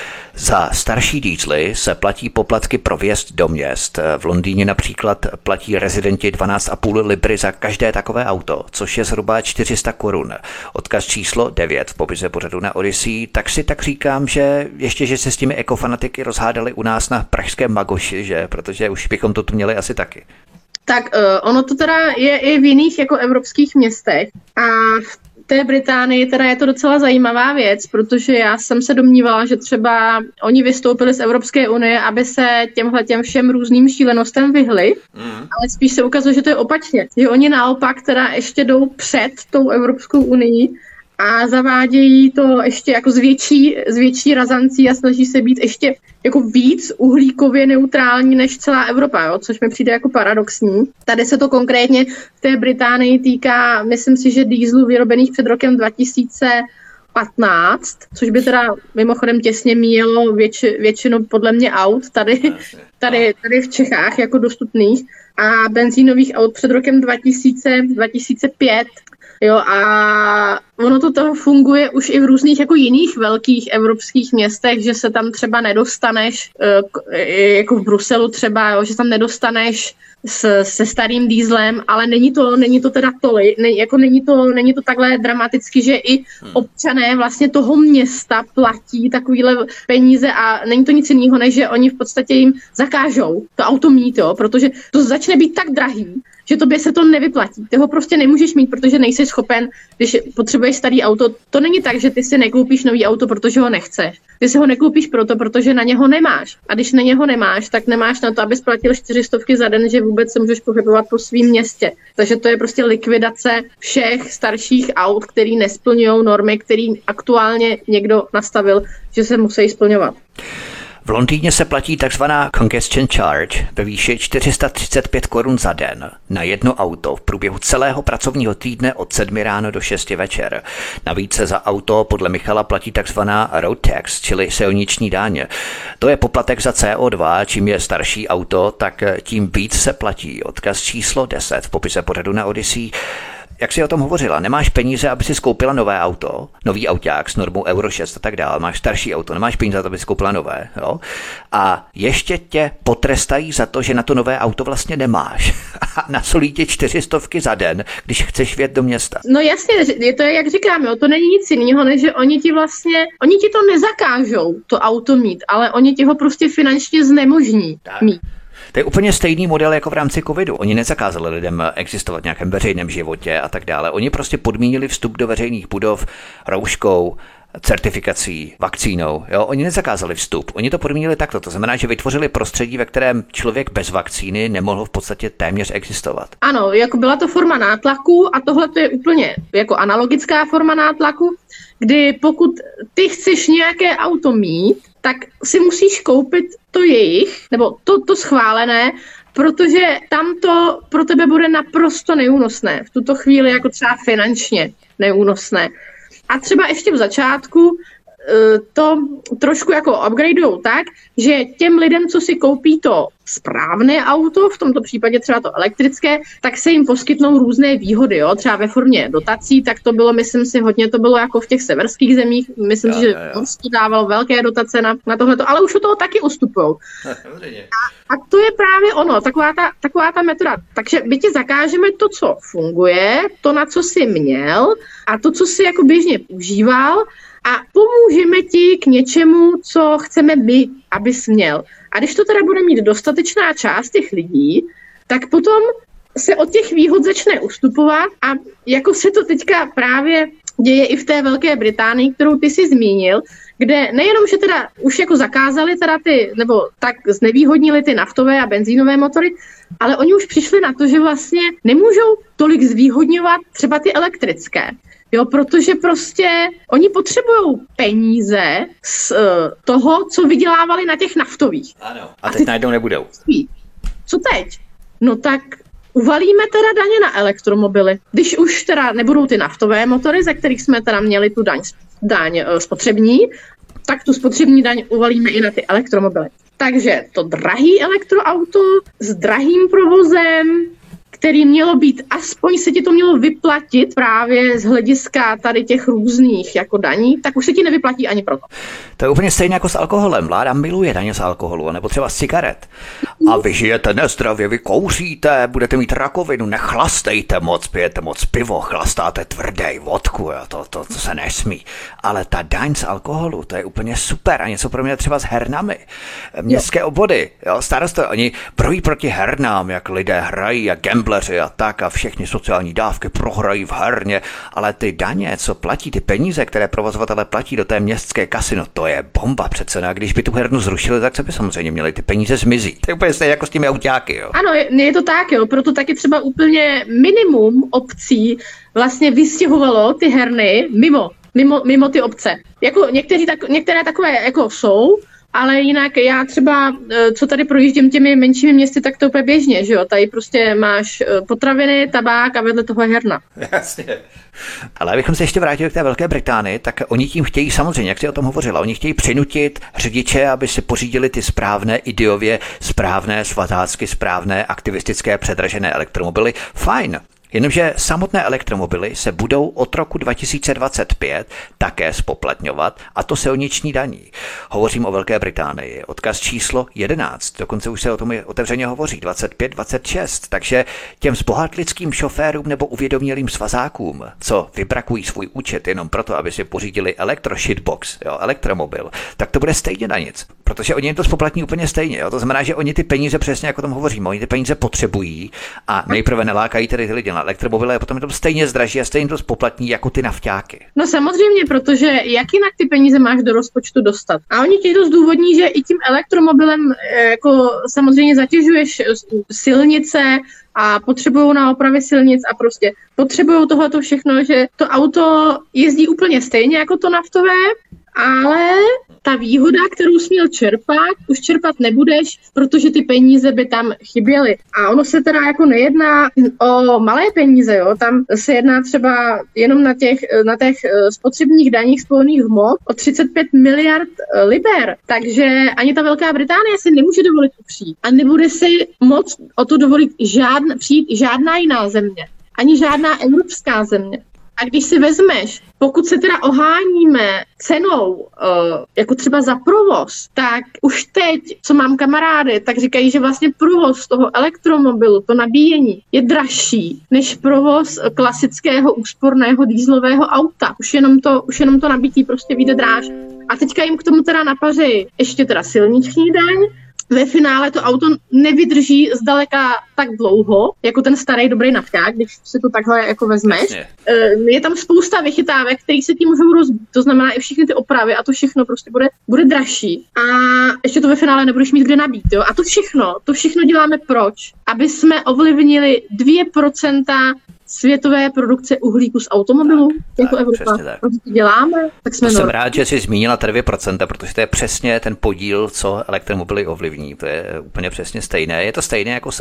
Za starší diesely se platí poplatky pro vjezd do měst. V Londýně například platí rezidenti 12,5 libry za každé takové auto, což je zhruba 400 korun. Odkaz číslo 9 v popise pořadu na Odyssey, tak si tak říkám, že ještě, že se s těmi ekofanatiky rozhádali u nás na pražském Magoši, že? Protože už bychom to tu měli asi taky. Tak ono to teda je i v jiných jako evropských městech a v té Británii teda je to docela zajímavá věc, protože já jsem se domnívala, že třeba oni vystoupili z Evropské unie, aby se těm všem různým šílenostem vyhli, ale spíš se ukazuje, že to je opačně. Že oni naopak teda ještě jdou před tou Evropskou unii a zavádějí to ještě jako s větší razancí a snaží se být ještě jako víc uhlíkově neutrální než celá Evropa, jo? Což mi přijde jako paradoxní. Tady se to konkrétně v té Británii týká, myslím si, že dieselů vyrobených před rokem 2015, což by teda mimochodem těsně míjelo většinu podle mě aut tady v Čechách jako dostupných a benzínových aut před rokem 2005. Jo, a ono to funguje už i v různých jako jiných velkých evropských městech, že se tam třeba nedostaneš, jako v Bruselu třeba, jo, že tam nedostaneš se starým dieselem, ale není to teda tolik, není to takhle dramaticky, že i občané vlastně toho města platí takovýhle peníze a není to nic jiného, než že oni v podstatě jim zakážou to auto mít, jo, protože to začne být tak drahý, že tobě se to nevyplatí. Ty ho prostě nemůžeš mít, protože nejsi schopen, když potřebuješ starý auto. To není tak, že ty si nekoupíš nový auto, protože ho nechceš. Ty si ho nekoupíš protože na něho nemáš. A když na něho nemáš, tak nemáš na to, abys platil 400 za den, že vůbec se můžeš pohybovat po svém městě. Takže to je prostě likvidace všech starších aut, který nesplňují normy, který aktuálně někdo nastavil, že se musí splňovat. V Londýně se platí takzvaná congestion charge ve výši 435 korun za den na jedno auto v průběhu celého pracovního týdne od 7 ráno do 6 večer. Navíc se za auto podle Michala platí takzvaná road tax, čili silniční daň. To je poplatek za CO2, čím je starší auto, tak tím víc se platí. Odkaz číslo 10 v popise pořadu na Odyssey. Jak jsi o tom hovořila, nemáš peníze, aby si skoupila nové auto, nový auták s normou Euro 6 a tak dále, máš starší auto, nemáš peníze, aby si koupila nové, jo? A ještě tě potrestají za to, že na to nové auto vlastně nemáš. A nasolí tě 400 za den, když chceš vjet do města. No jasně, je to jak říkám, jo, to není nic jiného, než že oni ti to nezakážou, to auto mít, ale oni ti ho prostě finančně znemožní mít. To je úplně stejný model jako v rámci covidu. Oni nezakázali lidem existovat v nějakém veřejném životě a tak dále. Oni prostě podmínili vstup do veřejných budov rouškou, certifikací, vakcínou. Jo? Oni nezakázali vstup. Oni to podmínili takto. To znamená, že vytvořili prostředí, ve kterém člověk bez vakcíny nemohl v podstatě téměř existovat. Ano, jako byla to forma nátlaku a tohle to je úplně jako analogická forma nátlaku, kdy pokud ty chceš nějaké auto mít, tak si musíš koupit to jejich, nebo to schválené, protože tam to pro tebe bude naprosto neúnosné. V tuto chvíli jako třeba finančně neúnosné. A třeba ještě v začátku to trošku jako upgradeujou tak, že těm lidem, co si koupí to správné auto, v tomto případě třeba to elektrické, tak se jim poskytnou různé výhody, jo? Třeba ve formě dotací, tak to bylo, myslím si, hodně to bylo jako v těch severských zemích, myslím si, že Norsko dávalo velké dotace na tohleto, ale už od toho taky ustupujou. A to je právě ono, taková ta metoda. Takže my ti zakážeme to, co funguje, to, na co jsi měl a to, co jsi jako běžně užíval a pomůžeme ti k něčemu, co chceme my, abys měl. A když to teda bude mít dostatečná část těch lidí, tak potom se od těch výhod začne ustupovat a jako se to teďka právě děje i v té Velké Británii, kterou ty jsi zmínil, kde nejenom, že teda už jako zakázali teda nebo tak znevýhodnili ty naftové a benzínové motory, ale oni už přišli na to, že vlastně nemůžou tolik zvýhodňovat třeba ty elektrické. Jo, protože prostě oni potřebují peníze z toho, co vydělávali na těch naftových. Ano. A teď najednou nebudou. Co teď? No tak uvalíme teda daně na elektromobily. Když už teda nebudou ty naftové motory, ze kterých jsme teda měli tu daň spotřební, tak tu spotřební daň uvalíme i na ty elektromobily. Takže to drahý elektroauto s drahým provozem, který mělo být, aspoň se ti to mělo vyplatit právě z hlediska tady těch různých jako daní, tak už se ti nevyplatí ani proto. To je úplně stejné jako s alkoholem. Vláda miluje daně z alkoholu, nebo třeba z cigaret. A vy žijete nezdravě, vy kouříte, budete mít rakovinu, nechlastejte moc, pijete moc pivo, chlastáte tvrdej vodku, jo, to se nesmí. Ale ta daň z alkoholu, to je úplně super. A něco pro mě třeba s hernami. Městské obvody, jo, starostové, oni brojí proti hernám, jak lidé hrají a gambleři a tak a všechny sociální dávky prohrají v herně, ale ty daně, co platí, ty peníze, které provozovatelé platí do té městské kasy, no to je bomba přece. A když by tu hernu zrušili, tak se by samozřejmě měli ty peníze zmizí. To je úplně stejně jako s těmi autáky, jo. Ano, je to tak, jo, proto taky třeba úplně minimum obcí vlastně vystěhovalo ty herny mimo ty obce. Jako některé takové jako jsou, ale jinak já třeba, co tady projíždím těmi menšími městy, tak to úplně běžně, že jo? Tady prostě máš potraviny, tabák a vedle toho je herna. Jasně. Ale abychom se ještě vrátili k té Velké Británii, tak oni tím chtějí samozřejmě, jak jsi o tom hovořila, oni chtějí přinutit řidiče, aby si pořídili ty správné ideově, správné svatácky, správné aktivistické předražené elektromobily. Fajn. Jenomže samotné elektromobily se budou od roku 2025 také spoplatňovat, a to silniční daní. Hovořím o Velké Británii. Odkaz číslo 11, dokonce už se o tom otevřeně hovoří, 25-26. Takže těm zbohatlickým šoférům nebo uvědomělým svazákům, co vybrakují svůj účet jenom proto, aby si pořídili elektroshitbox, jo, elektromobil, tak to bude stejně na nic. Protože oni jim to spoplatní úplně stejně. Jo? To znamená, že oni ty peníze, přesně jako o tom hovoříme, oni ty peníze potřebují a nejprve nelákají tedy ty lidi na elektromobily a potom je to stejně zdraží a stejně to spoplatní jako ty nafťáky. No samozřejmě, protože jak jinak ty peníze máš do rozpočtu dostat? A oni ti to zdůvodní, že i tím elektromobilem jako samozřejmě zatěžuješ silnice a potřebují na opravy silnic a prostě potřebují tohleto všechno, že to auto jezdí úplně stejně jako to naftové, ale ta výhoda, kterou jsi měl čerpat, už čerpat nebudeš, protože ty peníze by tam chyběly. A ono se teda jako nejedná o malé peníze, jo? Tam se jedná třeba jenom na těch spotřebních daních spojených hmot o 35 miliard liber. Takže ani ta Velká Británie si nemůže dovolit upřít. A nebude si moc o to dovolit přijít žádná jiná země. Ani žádná evropská země. A když si vezmeš, pokud se teda oháníme cenou, jako třeba za provoz, tak už teď, co mám kamarády, tak říkají, že vlastně provoz toho elektromobilu, to nabíjení, je dražší než provoz klasického úsporného dieselového auta. Už jenom to nabití prostě vyjde dráž. A teďka jim k tomu teda napaří ještě teda silniční daň. Ve finále to auto nevydrží zdaleka tak dlouho, jako ten starý dobrý nafťák, když si to takhle jako vezmeš. Je tam spousta vychytávek, které se tím můžou rozbít. To znamená i všechny ty opravy a to všechno prostě bude dražší. A ještě to ve finále nebudeš mít kde nabít. Jo? A to všechno děláme proč? Aby jsme ovlivnili 2% světové produkce uhlíku z automobilů, jako Evropa. To děláme, tak jsme jsem rád, že jsi zmínila ta 2%, protože to je přesně ten podíl, co elektromobily ovlivní. To je úplně přesně stejné. Je to stejné jako s elektrickým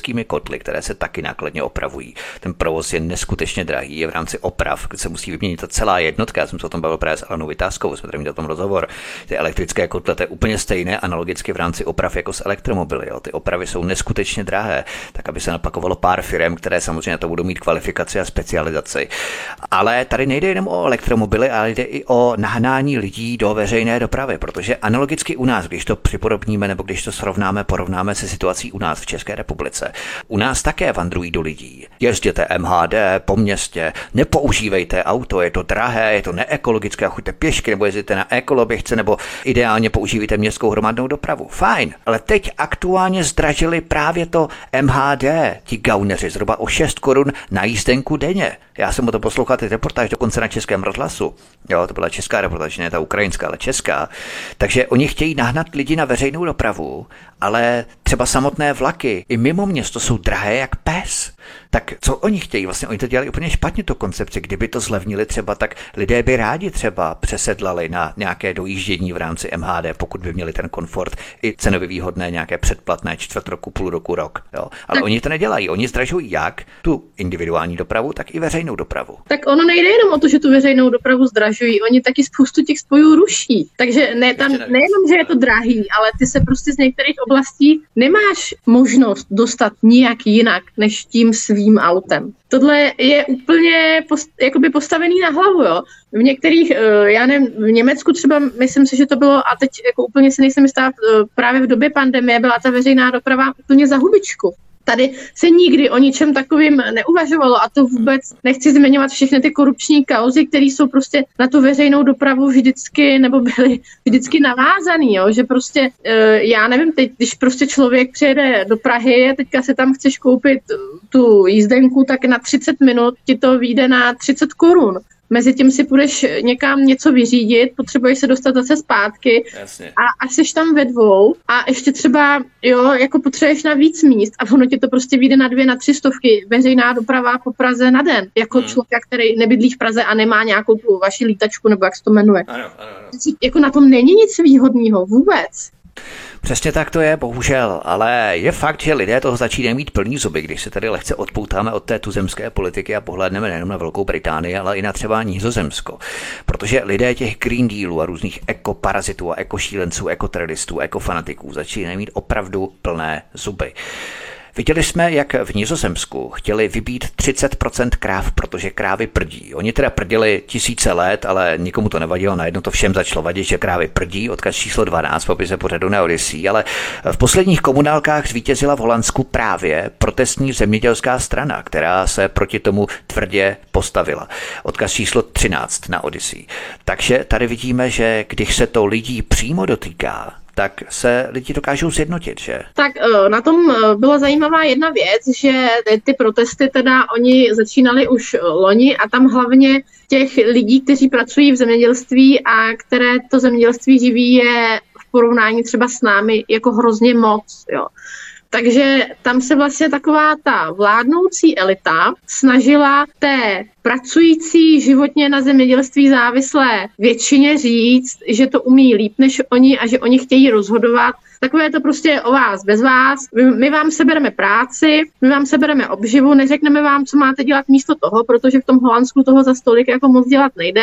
elektrickými kotly, které se taky nákladně opravují. Ten provoz je neskutečně drahý, je v rámci oprav, kde se musí vyměnit ta celá jednotka. Já jsem se o tom bavil právě s Alanou Vytázkovou, jsme tady měli o tom rozhovor. Ty elektrické kotle, to je úplně stejné analogicky v rámci oprav jako s elektromobily. Jo. Ty opravy jsou neskutečně drahé, tak aby se napakovalo pár firem, které samozřejmě to budou mít kvalifikaci a specializaci. Ale tady nejde jenom o elektromobily, ale jde i o nahnání lidí do veřejné dopravy, protože analogicky u nás, když to připodobníme nebo když to porovnáme se situací u nás v České republice, u nás také vandrují do lidí. Jezděte MHD po městě, nepoužívejte auto, je to drahé, je to neekologické, choďte pěšky nebo jezdíte na ekoloběžce nebo ideálně používejte městskou hromadnou dopravu. Fajn, ale teď aktuálně zdražili právě to MHD, ti gauneři, zhruba o 6 korun na jízdenku denně. Já jsem o to poslouchal ty reportáž dokonce na Českém rozhlasu. Jo, to byla česká reportáž, ne ta ukrajinská, ale česká. Takže oni chtějí nahnat lidi na veřejnou dopravu, ale třeba samotné vlaky i mimo město jsou drahé jak pes. Tak co oni chtějí? Vlastně oni to dělají úplně špatně, tu koncepci. Kdyby to zlevnili třeba, tak lidé by rádi třeba přesedlali na nějaké dojíždění v rámci MHD, pokud by měli ten komfort i cenově výhodné nějaké předplatné čtvrt roku, půl roku, rok. Jo? Ale oni to nedělají. Oni zdražují jak tu individuální dopravu, tak i veřejnou dopravu. Tak ono nejde jenom o to, že tu veřejnou dopravu zdražují, oni taky spoustu těch spojů ruší. Takže nejenom, že je to drahý, ale ty se prostě z některých oblastí nemáš možnost dostat nijak jinak než tím svým autem. Tohle je úplně jakoby postavený na hlavu, jo. V některých, já nevím, v Německu třeba, myslím si, že to bylo, a teď jako úplně si nejsem jistá, právě v době pandemie byla ta veřejná doprava úplně za hubičku. Tady se nikdy o ničem takovým neuvažovalo a to vůbec nechci zmiňovat všechny ty korupční kauzy, které jsou prostě na tu veřejnou dopravu vždycky nebo byly vždycky navázaný, jo? Že prostě, já nevím, teď, když prostě člověk přijede do Prahy a teďka se tam chceš koupit tu jízdenku, tak na 30 minut ti to vyjde na 30 korun. Mezitím si půjdeš někam něco vyřídit, potřebuješ se dostat zase zpátky. Jasně. A seš tam ve dvou a ještě třeba, jo, jako potřebuješ na víc míst a ono ti to prostě vyjde na 2, na 3 stovky veřejná doprava po Praze na den. Jako člověk, který nebydlí v Praze a nemá nějakou tu vaši lítačku, nebo jak se to jmenuje. Ano. Jako na tom není nic výhodného vůbec. Přesně tak to je, bohužel, ale je fakt, že lidé toho začínají mít plný zuby, když se tady lehce odpoutáme od té tuzemské politiky a pohlédneme nejenom na Velkou Británii, ale i na třeba Nizozemsko. Protože lidé těch Green Dealů a různých ekoparazitů a ekošílenců, ekotradistů, ekofanatiků začínají mít opravdu plné zuby. Viděli jsme, jak v Nizozemsku chtěli vybít 30% kráv, protože krávy prdí. Oni teda prdili tisíce let, ale nikomu to nevadilo, najednou to všem začalo vadit, že krávy prdí, odkaz číslo 12 v popise pořadu na Odyssey, ale v posledních komunálkách zvítězila v Holandsku právě protestní zemědělská strana, která se proti tomu tvrdě postavila. Odkaz číslo 13 na Odyssey. Takže tady vidíme, že když se to lidí přímo dotýká, tak se lidi dokážou sjednotit, že? Tak na tom byla zajímavá jedna věc, že ty protesty teda oni začínali už loni a tam hlavně těch lidí, kteří pracují v zemědělství a které to zemědělství živí, je v porovnání třeba s námi jako hrozně moc, jo. Takže tam se vlastně taková ta vládnoucí elita snažila té pracující životně na zemědělství závislé většině říct, že to umí líp než oni a že oni chtějí rozhodovat. Takové to prostě je o vás, bez vás. My vám sebereme práci, my vám sebereme obživu, neřekneme vám, co máte dělat místo toho, protože v tom Holandsku toho za stolik jako moc dělat nejde.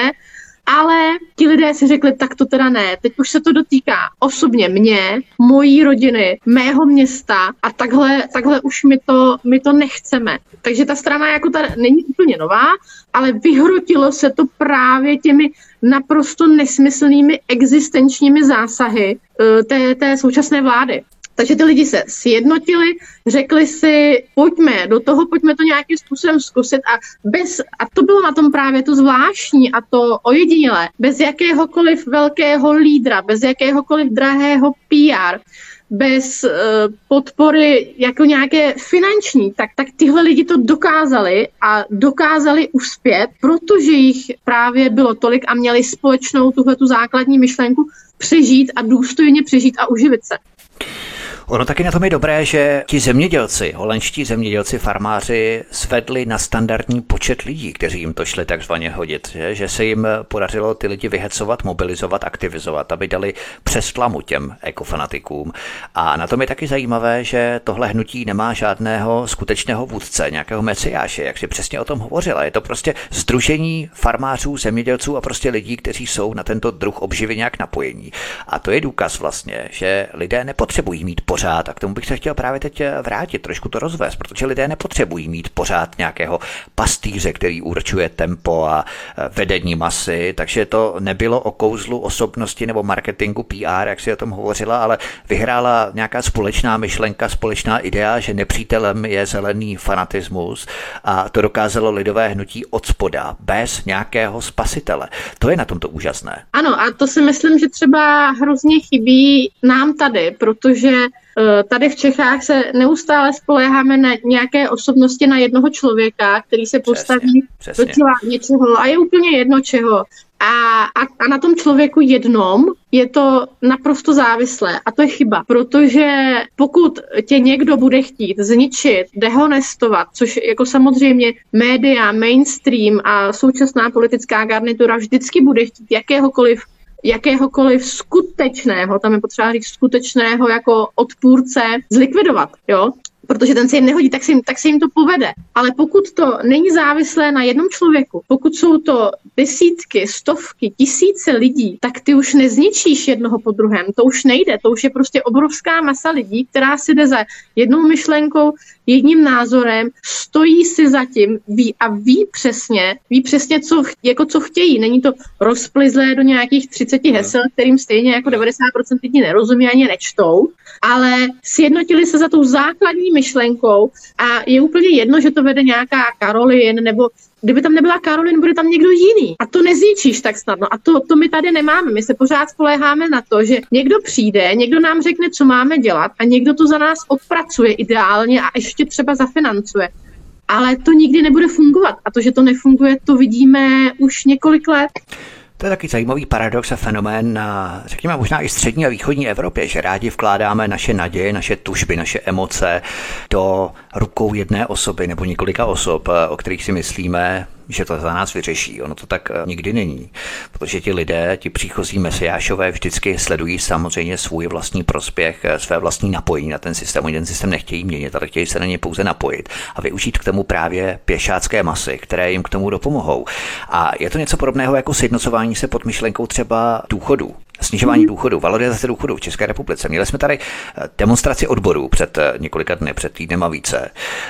Ale ti lidé si řekli, tak to teda ne, teď už se to dotýká osobně mě, mojí rodiny, mého města a takhle už my to nechceme. Takže ta strana jako ta není úplně nová, ale vyhrotilo se to právě těmi naprosto nesmyslnými existenčními zásahy té současné vlády. Takže ty lidi se sjednotili, řekli si, pojďme do toho, pojďme to nějakým způsobem zkusit a to bylo na tom právě to zvláštní a to ojedinělé, bez jakéhokoliv velkého lídra, bez jakéhokoliv drahého PR, bez podpory jako nějaké finanční, tak tyhle lidi to dokázali a dokázali uspět, protože jich právě bylo tolik a měli společnou tuhletu základní myšlenku přežít a důstojně přežít a uživit se. Ono taky na tom je dobré, že ti zemědělci, holandští zemědělci, farmáři svedli na standardní počet lidí, kteří jim to šli takzvaně hodit, že se jim podařilo ty lidi vyhecovat, mobilizovat, aktivizovat, aby dali přes tlamu těm ekofanatikům. A na tom je taky zajímavé, že tohle hnutí nemá žádného skutečného vůdce, nějakého mesiáše, jak si přesně o tom hovořila. Je to prostě sdružení farmářů, zemědělců a prostě lidí, kteří jsou na tento druh obživy nějak napojení. A to je důkaz vlastně, že lidé nepotřebují mít pořád, a k tomu bych se chtěl právě teď vrátit, trošku to rozvést, protože lidé nepotřebují mít pořád nějakého pastýře, který určuje tempo a vedení masy, takže to nebylo o kouzlu osobnosti nebo marketingu PR, jak si o tom hovořila, ale vyhrála nějaká společná myšlenka, společná idea, že nepřítelem je zelený fanatismus a to dokázalo lidové hnutí od spoda, bez nějakého spasitele. To je na tomto úžasné. Ano, a to si myslím, že třeba hrozně chybí nám tady, protože tady v Čechách se neustále spoléháme na nějaké osobnosti, na jednoho člověka, který se postaví do těla něčeho a je úplně jedno čeho. A na tom člověku jednom je to naprosto závislé a to je chyba, protože pokud tě někdo bude chtít zničit, dehonestovat, což jako samozřejmě média, mainstream a současná politická garnitura vždycky bude chtít jakéhokoliv skutečného, tam je potřeba říct skutečného jako odpůrce, zlikvidovat, jo? Protože ten se jim nehodí, tak se jim to povede. Ale pokud to není závislé na jednom člověku, pokud jsou to desítky, stovky, tisíce lidí, tak ty už nezničíš jednoho po druhém. To už nejde, to už je prostě obrovská masa lidí, která si jde za jednou myšlenkou, jedním názorem, stojí si za tím, ví přesně, co chtějí. Není to rozplizlé do nějakých 30 hesel, kterým stejně jako 90% lidí nerozumí ani nečtou, ale sjednotili se za tou základní myšlenkou a je úplně jedno, že to vede nějaká Karolin, nebo kdyby tam nebyla Karolin, bude tam někdo jiný. A to nezničíš tak snadno. A to my tady nemáme. My se pořád spoléháme na to, že někdo přijde, někdo nám řekne, co máme dělat a někdo to za nás odpracuje ideálně a ještě třeba zafinancuje. Ale to nikdy nebude fungovat. A to, že to nefunguje, to vidíme už několik let. To je taky zajímavý paradox a fenomén na, řekněme, možná i střední a východní Evropě, že rádi vkládáme naše naděje, naše tužby, naše emoce do rukou jedné osoby nebo několika osob, o kterých si myslíme, že to za nás vyřeší. Ono to tak nikdy není, protože ti lidé, ti příchozí mesiášové vždycky sledují samozřejmě svůj vlastní prospěch, své vlastní napojení na ten systém. Oni ten systém nechtějí měnit, ale chtějí se na ně pouze napojit a využít k tomu právě pěšácké masy, které jim k tomu dopomohou. A je to něco podobného jako sjednocování se pod myšlenkou třeba důchodů. Snižování důchodu, valorizace důchodu v České republice. Měli jsme tady demonstraci odborů před několika dny, před týdnem a více.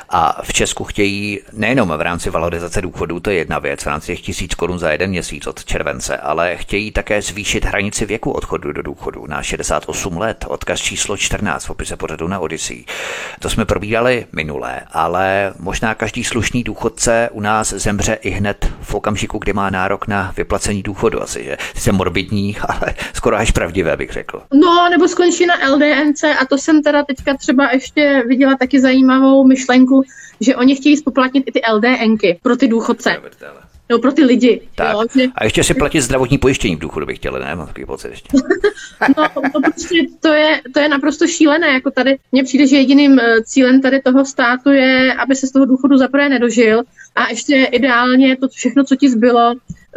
A v Česku chtějí nejenom v rámci valorizace důchodu, to je jedna věc, v rámci těch 1000 korun za jeden měsíc od července, ale chtějí také zvýšit hranici věku odchodu do důchodu na 68 let, odkaz číslo 14 v popise pořadu na Odyssey. To jsme probírali minule, ale možná každý slušný důchodce u nás zemře i hned v okamžiku, kdy má nárok na vyplacení důchodu. Asi, že jsem morbidní, ale skoro až pravdivé, bych řekl. No, nebo skončí na LDNC a to jsem teda teďka třeba ještě viděla taky zajímavou myšlenku, že oni chtějí spoplatnit i ty LDNky pro ty důchodce. No, pro ty lidi. Tak. Jo, že... A ještě si platit zdravotní pojištění v důchodu bych chtěl, ne? Mám takový pocit ještě. No, prostě to je naprosto šílené. Jako tady mně přijde, že jediným cílem tady toho státu je, aby se z toho důchodu zaprvé nedožil a ještě ideálně to všechno, co ti zbylo,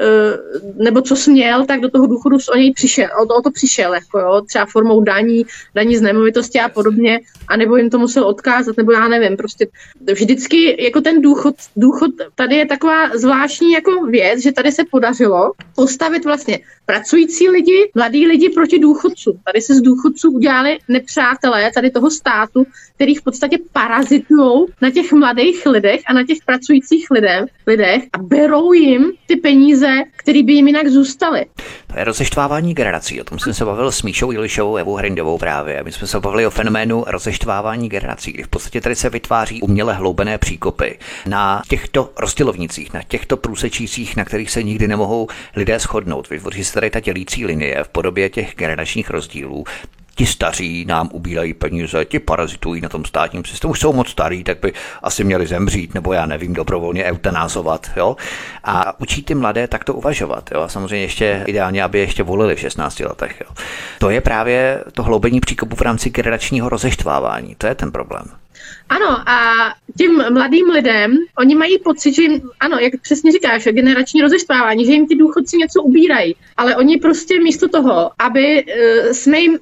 nebo co jsi měl, tak do toho důchodu o něj přišel, o to přišel, jako jo, třeba formou daní z nemovitosti a podobně, anebo jim to musel odkázat, nebo já nevím, prostě vždycky jako ten důchod, tady je taková zvláštní jako věc, že tady se podařilo postavit vlastně pracující lidi, mladí lidi proti důchodcům. Tady se z důchodců udělali nepřátelé tady toho státu, který v podstatě parazitujou na těch mladých lidech a na těch pracujících lidech a berou jim ty peníze, které by jim jinak zůstaly. To je rozeštvávání generací. O tom jsem se bavil s Míšou Jilišovou, Evou Hrindovou právě. My jsme se bavili o fenoménu rozeštvávání generací, kdy v podstatě tady se vytváří uměle hloubené příkopy na těchto rozdělovnicích, na těchto průsečících, na kterých se nikdy nemohou lidé shodnout. Vytvoří se tady ta dělící linie v podobě těch generačních rozdílů. ti staří nám ubírají peníze, ti parazitují na tom státním systému, už jsou moc starí, tak by asi měli zemřít, nebo já nevím, dobrovolně eutanázovat, jo. A učí ty mladé takto uvažovat, jo. A samozřejmě ještě ideálně, aby ještě volili v 16 letech, jo. To je právě to hloubení příkopu v rámci generačního rozeštvávání, to je ten problém. Ano, a těm mladým lidem, oni mají pocit, že jim, ano, jak přesně říkáš, generační rozeštvávání, že jim ty důchodci něco ubírají, ale oni prostě místo toho, aby jsme jim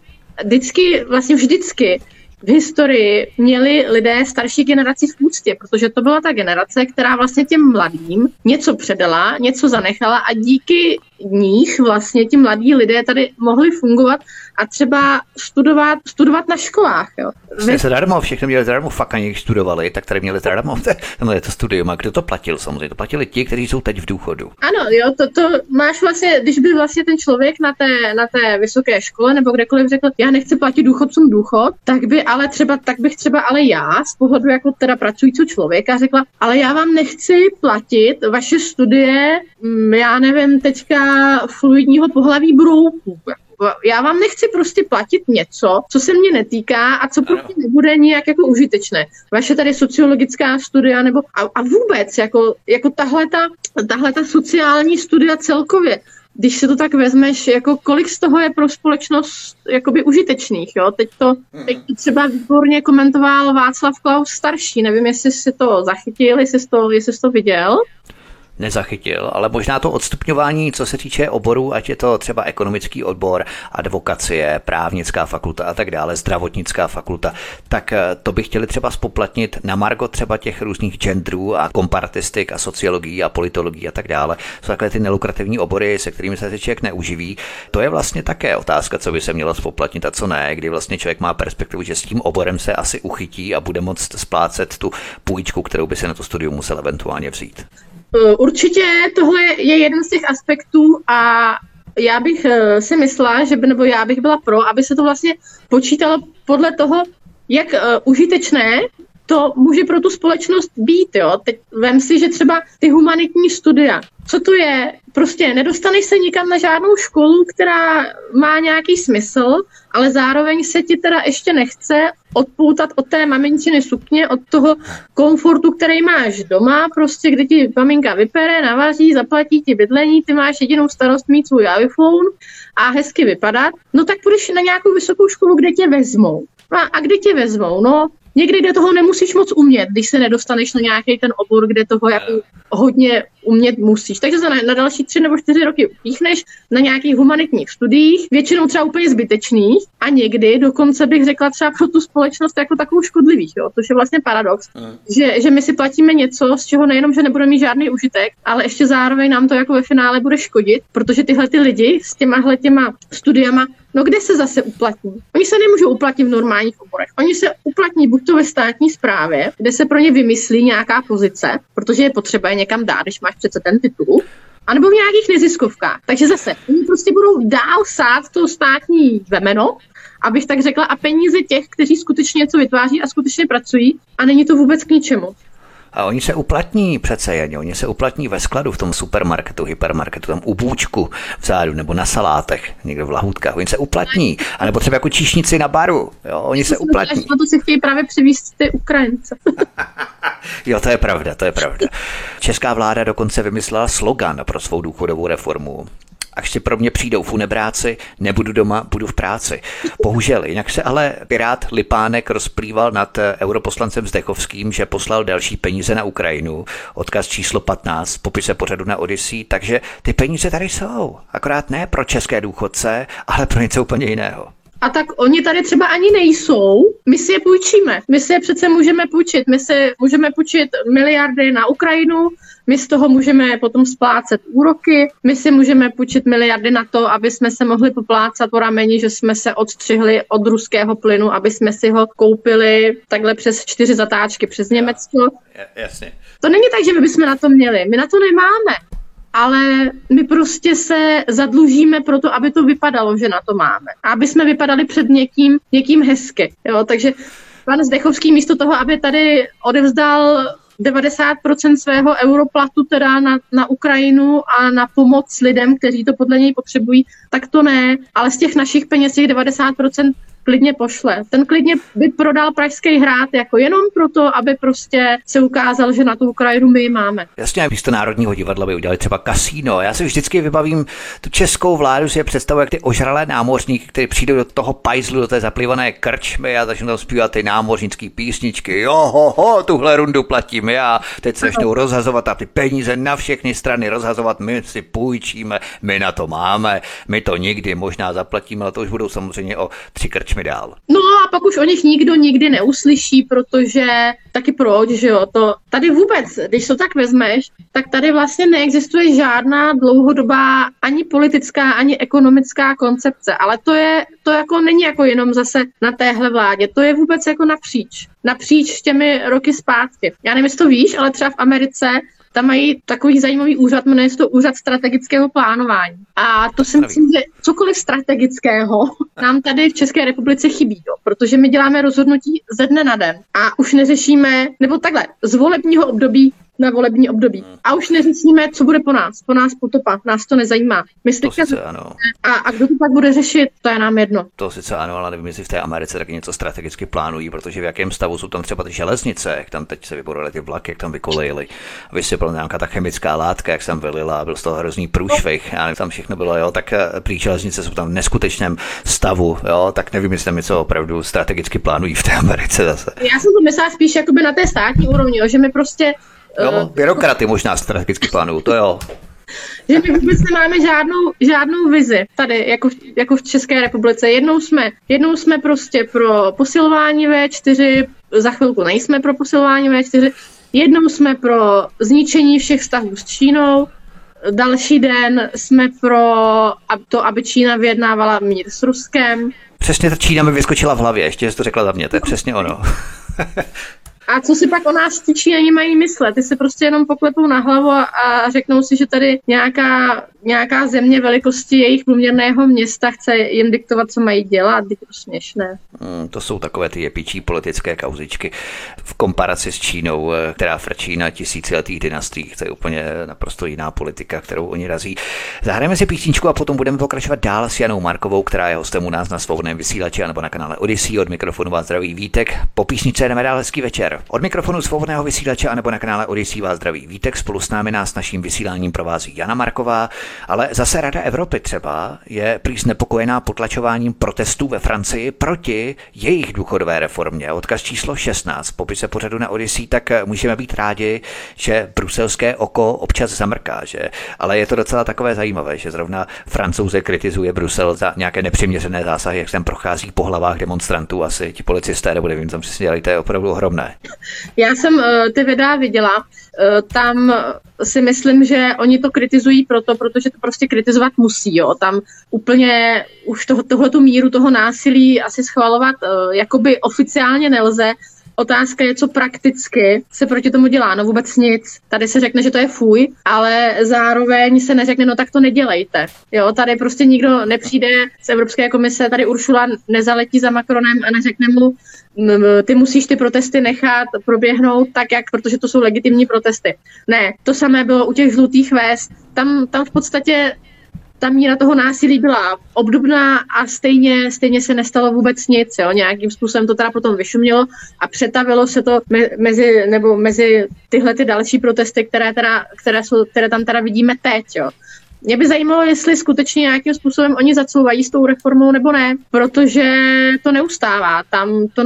vždycky v historii měli lidé starší generaci v úctě, protože to byla ta generace, která vlastně těm mladým něco předala, něco zanechala a díky nich vlastně ti mladí lidé tady mohli fungovat a třeba studovat na školách. Jo. Zadarmo, všechno měli zadarmo, fakt ani studovali, tak tady měli zadarmo to studium. A kdo to platil samozřejmě? To platili ti, kteří jsou teď v důchodu. Ano, jo, to máš vlastně, když by vlastně ten člověk na té vysoké škole nebo kdekoliv řekl, já nechci platit důchodcům důchod, tak bych třeba já z pohledu jako teda pracujícího člověka řekla, ale já vám nechci platit vaše studie, já nevím, teďka fluidního pohlaví brouků. Já vám nechci prostě platit něco, co se mě netýká a co prostě nebude nijak jako užitečné. Vaše tady sociologická studia nebo a vůbec jako tahle ta sociální studia celkově. Když se to tak vezmeš, jako kolik z toho je pro společnost jakoby užitečných, jo? Teď to třeba výborně komentoval Václav Klaus starší, nevím, jestli si to zachytil, jestli jsi to viděl. Nezachytil, ale možná to odstupňování, co se týče oborů, ať je to třeba ekonomický odbor, advokacie, právnická fakulta a tak dále, zdravotnická fakulta, tak to by chtěli třeba spoplatnit na margo třeba těch různých genderů a komparatistik a sociologií a politologií a tak dále. Jsou takové ty nelukrativní obory, se kterými se člověk neuživí. To je vlastně také otázka, co by se mělo spoplatnit a co ne, kdy vlastně člověk má perspektivu, že s tím oborem se asi uchytí a bude moct splácet tu půjčku, kterou by se na to studium musel eventuálně vzít. Určitě tohle je jeden z těch aspektů a já bych si myslela, nebo já bych byla pro, aby se to vlastně počítalo podle toho, jak užitečné to může pro tu společnost být. Jo? Teď vem si, že třeba ty humanitní studia, co to je? Prostě nedostaneš se nikam na žádnou školu, která má nějaký smysl, ale zároveň se ti teda ještě nechce odpoutat od té maminčiny sukně, od toho komfortu, který máš doma, prostě kde ti maminka vypere, navaří, zaplatí ti bydlení, ty máš jedinou starost mít svůj iPhone a hezky vypadat, no tak půjdeš na nějakou vysokou školu, kde tě vezmou. A kde tě vezmou? No, někdy do toho nemusíš moc umět, když se nedostaneš na nějaký ten obor, kde toho jako hodně umět musíš. Takže na další 3 nebo 4 roky upíchneš na nějakých humanitních studiích, většinou třeba úplně zbytečných a někdy dokonce bych řekla třeba pro tu společnost jako takovou škodlivých, jo, což je vlastně paradox, že my si platíme něco, z čeho nejenom, že nebudeme mít žádný užitek, ale ještě zároveň nám to jako ve finále bude škodit, protože tyhle ty lidi s těma studiama, no kde se zase uplatní? Oni se nemůžou uplatnit v normálních oborech. Oni se uplatní buď to ve státní správě, kde se pro ně vymyslí nějaká pozice, protože je potřeba je někam dát, když máš přece ten titul, anebo v nějakých neziskovkách. Takže zase, oni prostě budou dál sát to státní vemeno, abych tak řekla, a peníze těch, kteří skutečně něco vytváří a skutečně pracují a není to vůbec k ničemu. A oni se uplatní přece jen, oni se uplatní ve skladu, v tom supermarketu, hypermarketu, tam u bůčku vzadu, nebo na salátech, někde v lahůdkách, oni se uplatní, anebo třeba jako číšnici na baru, jo, oni se uplatní. Na to si chtějí právě přivízt ty Ukrajince. Jo, to je pravda, to je pravda. Česká vláda dokonce vymyslela slogan pro svou důchodovou reformu. Až si pro mě přijdou funebráci, nebudu doma, budu v práci. Bohužel, jinak se ale pirát Lipánek rozplýval nad europoslancem Zdechovským, že poslal další peníze na Ukrajinu, odkaz číslo 15 v popise pořadu na Odyssey, takže ty peníze tady jsou, akorát ne pro české důchodce, ale pro něco úplně jiného. A tak oni tady třeba ani nejsou, my si je půjčíme. My si je přece můžeme půjčit. My si můžeme půjčit miliardy na Ukrajinu, my z toho můžeme potom splácet úroky, my si můžeme půjčit miliardy na to, aby jsme se mohli poplácat po rameni, že jsme se odstřihli od ruského plynu, aby jsme si ho koupili takhle přes 4 zatáčky přes Německo. Jasně. To není tak, že my bychom na to měli. My na to nemáme. Ale my prostě se zadlužíme pro to, aby to vypadalo, že na to máme. A aby jsme vypadali před někým hezky. Jo? Takže pan Zdechovský místo toho, aby tady odevzdal 90% svého europlatu teda na Ukrajinu a na pomoc lidem, kteří to podle něj potřebují, tak to ne. Ale z těch našich peněz těch 90% klidně pošle. Ten klidně by prodal Pražský hrad jako jenom proto, aby prostě se ukázal, že na tu Ukrajinu my máme. Jasně, místo Národního divadla by udělali třeba kasíno. Já si vždycky vybavím tu českou vládu, si je představuji, jak ty ožralé námořníky, kteří přijdou do toho pajzlu, do té zaplivané krčmy a začnou zpívat ty námořnické písničky. Jo, tuhle rundu platím já. Teď se začnou rozhazovat a ty peníze na všechny strany rozhazovat. My si půjčíme, my na to máme, my to nikdy možná zaplatíme, ale to už budou samozřejmě o 3 krčmy dál. No a pak už o nich nikdo nikdy neuslyší, protože taky proč, že jo, to tady vůbec, když to tak vezmeš, tak tady vlastně neexistuje žádná dlouhodobá ani politická, ani ekonomická koncepce, ale to jako není jako jenom zase na téhle vládě, to je vůbec jako napříč těmi roky zpátky. Já nevím, jestli to víš, ale třeba v Americe tam mají takový zajímavý úřad, jmenuje se to Úřad strategického plánování. A to si myslím, že cokoliv strategického nám tady v České republice chybí, jo, protože my děláme rozhodnutí ze dne na den a už neřešíme, nebo takhle, z volebního období na volební období. A už neřešíme, co bude po nás. Po nás potopa. Nás to nezajímá. A kdo to pak bude řešit, to je nám jedno. To sice ano, ale nevím, jestli v té Americe taky něco strategicky plánují, protože v jakém stavu jsou tam třeba ty železnice, jak tam teď se vybodaly ty vlaky, jak tam vykolejily. Vysypala nějaká ta chemická látka, jak se tam vylila a byl z toho hrozný průšvih. A tam všechno bylo, jo, tak prý železnice jsou tam v neskutečném stavu, jo, tak nevím, jestli tam něco opravdu strategicky plánují v té Americe zase. Já jsem to myslela spíš jakoby na té státní úrovni, jo, že my prostě byrokraty možná strategicky plánují, to jo. Že my vůbec nemáme žádnou vizi tady, jako v České republice. Jednou jsme prostě pro posilování V4, za chvilku nejsme pro posilování V4, jednou jsme pro zničení všech vztahů s Čínou, další den jsme pro to, aby Čína vyjednávala mír s Ruskem. Přesně ta Čína mi vyskočila v hlavě, ještě jsi to řekla za mě, to je přesně ono. A co si pak o nás ti Číňani mají myslet? Ty se prostě jenom poklepou na hlavu a řeknou si, že tady nějaká země velikosti jejich průměrného města chce jim diktovat, co mají dělat. Je to směšné. To jsou takové ty jepičí politické kauzičky v komparaci s Čínou, která frčí na tisíciletých dynastiích. To je úplně naprosto jiná politika, kterou oni razí. Zahrajeme si písničku a potom budeme pokračovat dál s Janou Markovou, která je hostem u nás na Svobodném vysílači nebo na kanále Odyssey. Od mikrofonu vás zdraví Vítek. Po písničce jdeme dál, hezký večer. Od mikrofonu Svobodného vysílače a nebo na kanále Odyssey vás zdraví Vítek. Spolu s námi nás naším vysíláním provází Jana Marková, ale zase Rada Evropy třeba je prý znepokojená potlačováním protestů ve Francii proti jejich důchodové reformě. Odkaz číslo 16 v popise pořadu na Odyssey, tak můžeme být rádi, že bruselské oko občas zamrká, že? Ale je to docela takové zajímavé, že zrovna Francouze kritizuje Brusel za nějaké nepřiměřené zásahy, jak tam prochází po hlavách demonstrantů asi ti policisté, nebo nevím, tam přesně dělají, to je opravdu ohromné. Já jsem ty videa viděla, tam si myslím, že oni to kritizují protože to prostě kritizovat musí, jo. Tam úplně už tohletu míru toho násilí asi schvalovat jakoby oficiálně nelze. Otázka je, co prakticky se proti tomu dělá. No vůbec nic. Tady se řekne, že to je fuj, ale zároveň se neřekne, no tak to nedělejte. Jo, tady prostě nikdo nepřijde z Evropské komise, tady Ursula nezaletí za Macronem a neřekne mu, ty musíš ty protesty nechat proběhnout tak, protože to jsou legitimní protesty. Ne, to samé bylo u těch žlutých vest. Tam v podstatě ta míra toho násilí byla obdobná a stejně se nestalo vůbec nic. Jo. Nějakým způsobem to teda potom vyšumělo a přetavilo se to mezi tyhle ty další protesty, které tam teda vidíme teď. Jo. Mě by zajímalo, jestli skutečně nějakým způsobem oni zacouvají s tou reformou nebo ne, protože to neustává. Tam to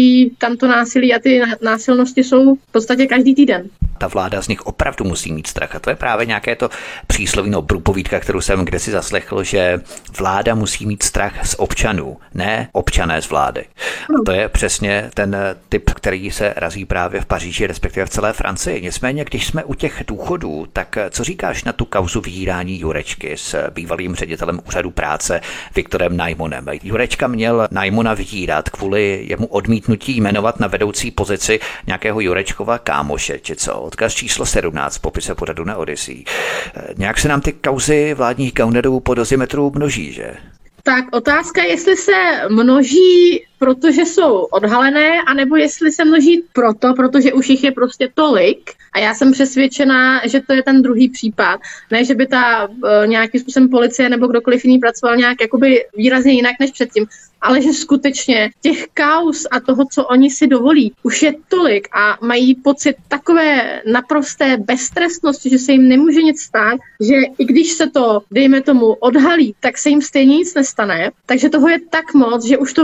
násilí a ty násilnosti jsou v podstatě každý týden. Ta vláda z nich opravdu musí mít strach. A to je právě nějaké to přísloví, průpovídka, kterou jsem kdesi zaslechl, že vláda musí mít strach z občanů, ne občané z vlády. A to je přesně ten typ, který se razí právě v Paříži, respektive v celé Francii. Nicméně, když jsme u těch důchodů, tak co říkáš na tu kauzu vydírání Jurečky s bývalým ředitelem úřadu práce Viktorem Najmonem? Jurečka měl Najmona vydírat kvůli jemu odmítnutí jmenovat na vedoucí pozici nějakého Jurečkova kámoše, či co? Odkaz číslo 17 v popise pořadu na Odyssey. Nějak se nám ty kauzy vládních gaunerů po dozimetru množí, že? Tak otázka, jestli se množí protože jsou odhalené, anebo jestli se množí protože už jich je prostě tolik. A já jsem přesvědčená, že to je ten druhý případ. Ne, že by ta nějakým způsobem policie nebo kdokoliv jiný pracoval nějak jakoby výrazně jinak než předtím, ale že skutečně těch kauz a toho, co oni si dovolí, už je tolik a mají pocit takové naprosté beztrestnosti, že se jim nemůže nic stát, že i když se to, dejme tomu, odhalí, tak se jim stejně nic nestane. Takže toho je tak moc, že už to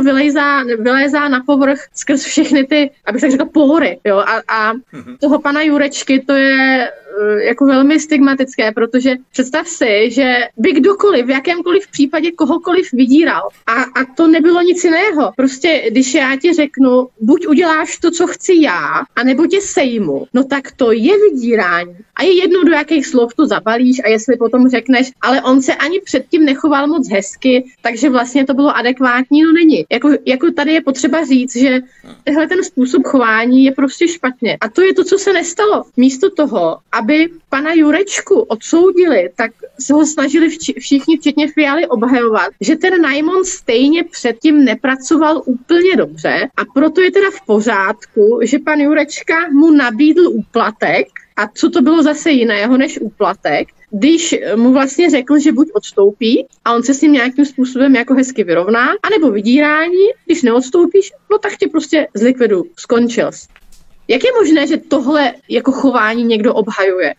vylézá na povrch skrz všechny ty, abych tak řekla, pohory. Jo? A toho pana Jurečky, to je jako velmi stigmatické, protože představ si, že by kdokoliv v jakémkoliv případě kohokoliv vydíral a to nebylo nic jiného. Prostě když já ti řeknu, buď uděláš to, co chci já, anebo tě sejmu, no tak to je vydírání. A je jedno, do jakých slov to zabalíš a jestli potom řekneš, ale on se ani předtím nechoval moc hezky, takže vlastně to bylo adekvátní, no není. Jako tady je potřeba říct, že tenhle ten způsob chování je prostě špatně. A to je to, co se nestalo. Místo toho, aby pana Jurečku odsoudili, tak se ho snažili všichni, včetně Fialy, obhajovat, že ten Najmon stejně předtím nepracoval úplně dobře a proto je teda v pořádku, že pan Jurečka mu nabídl úplatek. A co to bylo zase jiného než úplatek, když mu vlastně řekl, že buď odstoupí a on se s ním nějakým způsobem jako hezky vyrovná, anebo vydírání, když neodstoupíš, no tak tě prostě zlikvidu, skončil jsi. Jak je možné, že tohle jako chování někdo obhajuje?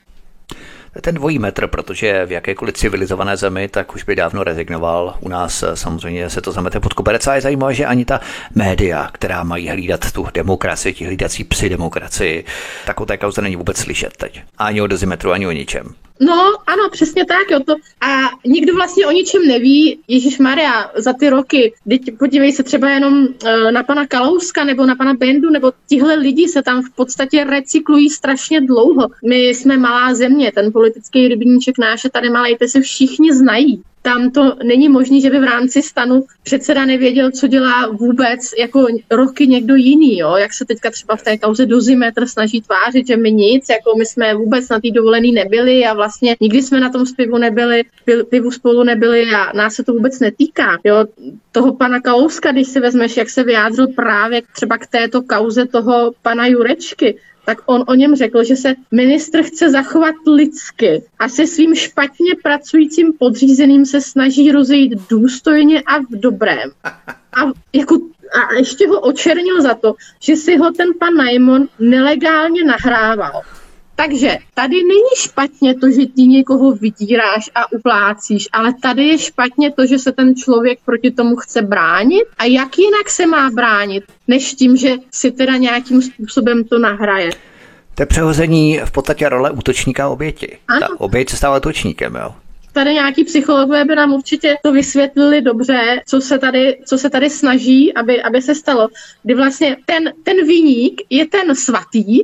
Ten dvojí metr, protože v jakékoliv civilizované zemi, tak už by dávno rezignoval. U nás samozřejmě se to zamete pod koberec a je zajímavé, že ani ta média, která mají hlídat tu demokracii, ti hlídací psi demokracii, tak o té kauze není vůbec slyšet teď. Ani o dozimetru, ani o ničem. No, ano, přesně tak, jo, to. A nikdo vlastně o ničem neví. Ježišmarja, za ty roky, podívej se třeba jenom na pana Kalouska nebo na pana Bendu, nebo tihle lidi se tam v podstatě recyklují strašně dlouho. My jsme malá země, ten politický rybníček náš je tady malej, ty se všichni znají. Tam to není možné, že by v rámci stanu předseda nevěděl, co dělá vůbec jako roky někdo jiný, jo? Jak se teďka třeba v té kauze Dozimetr snaží tvářit, že my nic, jako my jsme vůbec na té dovolený nebyli a vlastně nikdy jsme na tom pivu spolu nebyli a nás se to vůbec netýká. Jo? Toho pana Kalouska, když si vezmeš, jak se vyjádřil právě třeba k této kauze toho pana Jurečky, tak on o něm řekl, že se ministr chce zachovat lidsky a se svým špatně pracujícím podřízeným se snaží rozejít důstojně a v dobrém. A ještě ho očernil za to, že si ho ten pan Najmon nelegálně nahrával. Takže tady není špatně to, že ty někoho vydíráš a uplácíš, ale tady je špatně to, že se ten člověk proti tomu chce bránit. A jak jinak se má bránit, než tím, že si teda nějakým způsobem to nahraje? To je přehození v podstatě role útočníka a oběti. Ta oběť se stává útočníkem, jo? Tady nějaký psychologové by nám určitě to vysvětlili dobře, co se tady snaží, aby se stalo. Kdy vlastně ten viník je ten svatý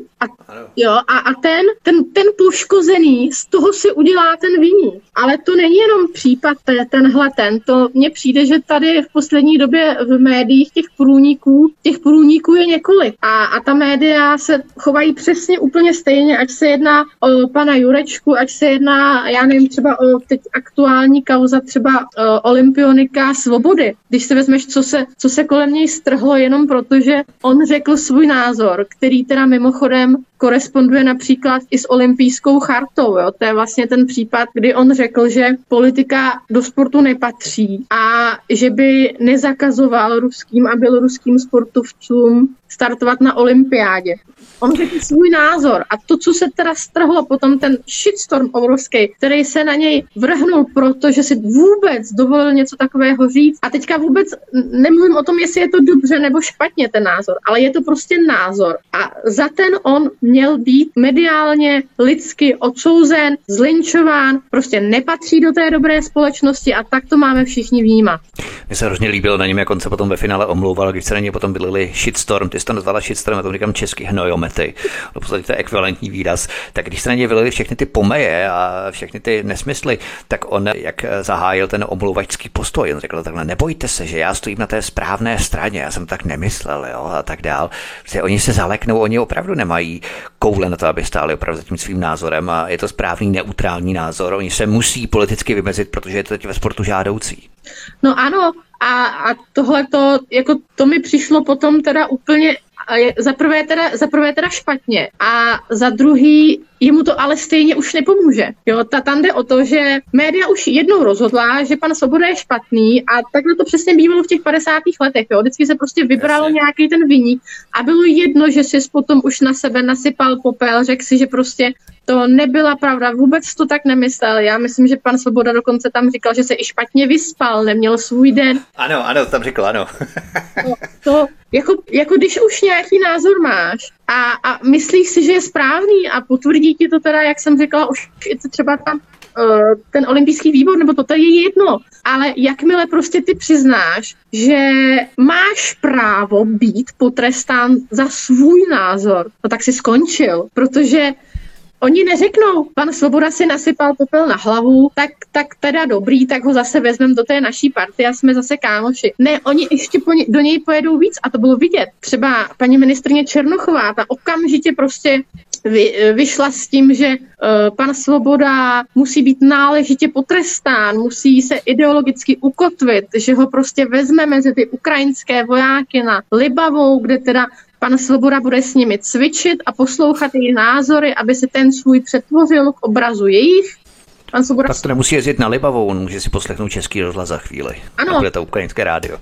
a ten poškozený, z toho si udělá ten viník. Ale to není jenom případ to mně přijde, že tady v poslední době v médiích těch průniků je několik. A ta média se chovají přesně úplně stejně, ať se jedná o pana Jurečku, ať se jedná, já nevím, třeba o teď aktuální kauza třeba olympionika Svobody. Když si vezmeš, co se kolem něj strhlo jenom proto, že on řekl svůj názor, který teda mimochodem koresponduje například i s olympijskou chartou. Jo? To je vlastně ten případ, kdy on řekl, že politika do sportu nepatří a že by nezakazoval ruským a běloruským sportovcům startovat na olympiádě. On řekl svůj názor a to, co se teda strhlo potom, ten shitstorm obrovský, který se na něj vrhnul, protože si vůbec dovolil něco takového říct. A teďka vůbec nemluvím o tom, jestli je to dobře nebo špatně ten názor, ale je to prostě názor. A za ten on měl být mediálně, lidsky odsouzen, zlinčován, prostě nepatří do té dobré společnosti a tak to máme všichni vnímat. Mně se hrozně líbilo na něm, jak on se potom ve finále omlouval, když se na něj potom vylili shitstorm, ty jsi to nazvala shitstorm, já to říkám česky hnojomety, v podstatě to je ekvivalentní výraz, tak když se na něj vylili všechny ty pomeje a všechny ty nesmysly, tak on, jak zahájil ten omlouvačský postoj, on řekl takhle, nebojte se, že já stojím na té správné straně, já jsem tak nemyslel, jo, a tak dál. Protože oni se zaleknou, oni opravdu nemají koule na to, aby stáli opravdu za tím svým názorem a je to správný neutrální názor, oni se musí politicky vymezit, protože je to teď ve sportu žádoucí. No ano, A tohle to mi přišlo potom teda úplně za prvé teda špatně a za druhý jemu to ale stejně už nepomůže. Jo, tam jde o to, že média už jednou rozhodla, že pan Svoboda je špatný a takhle to přesně bývalo v těch 50. letech. Jo. Vždycky se prostě vybralo nějaký ten viník a bylo jedno, že si potom už na sebe nasypal popel, řekl si, že prostě to nebyla pravda, vůbec to tak nemyslel. Já myslím, že pan Svoboda dokonce tam říkal, že se i špatně vyspal, neměl svůj den. Ano, tam řekl, ano. To jako když už nějaký názor máš a myslíš si, že je správný a potvrdí ti to teda, jak jsem řekla, už i třeba tam ten olympijský výbor, nebo to je jedno. Ale jakmile prostě ty přiznáš, že máš právo být potrestán za svůj názor, no tak si skončil, protože oni neřeknou, pan Svoboda si nasypal popel na hlavu, tak teda dobrý, tak ho zase vezmeme do té naší party a jsme zase kámoši. Ne, oni ještě do něj pojedou víc a to bylo vidět. Třeba paní ministryně Černochová, ta okamžitě prostě vyšla s tím, že pan Svoboda musí být náležitě potrestán, musí se ideologicky ukotvit, že ho prostě vezme mezi ty ukrajinské vojáky na Libavou, kde teda pan Svoboda bude s nimi cvičit a poslouchat jejich názory, aby si ten svůj přetvořil k obrazu jejich. Pan Svoboda... Tak to nemusí jezdit na Libavou, on může si poslechnout Český rozhlas za chvíli. Ano. A bude to ukrajinské rádio.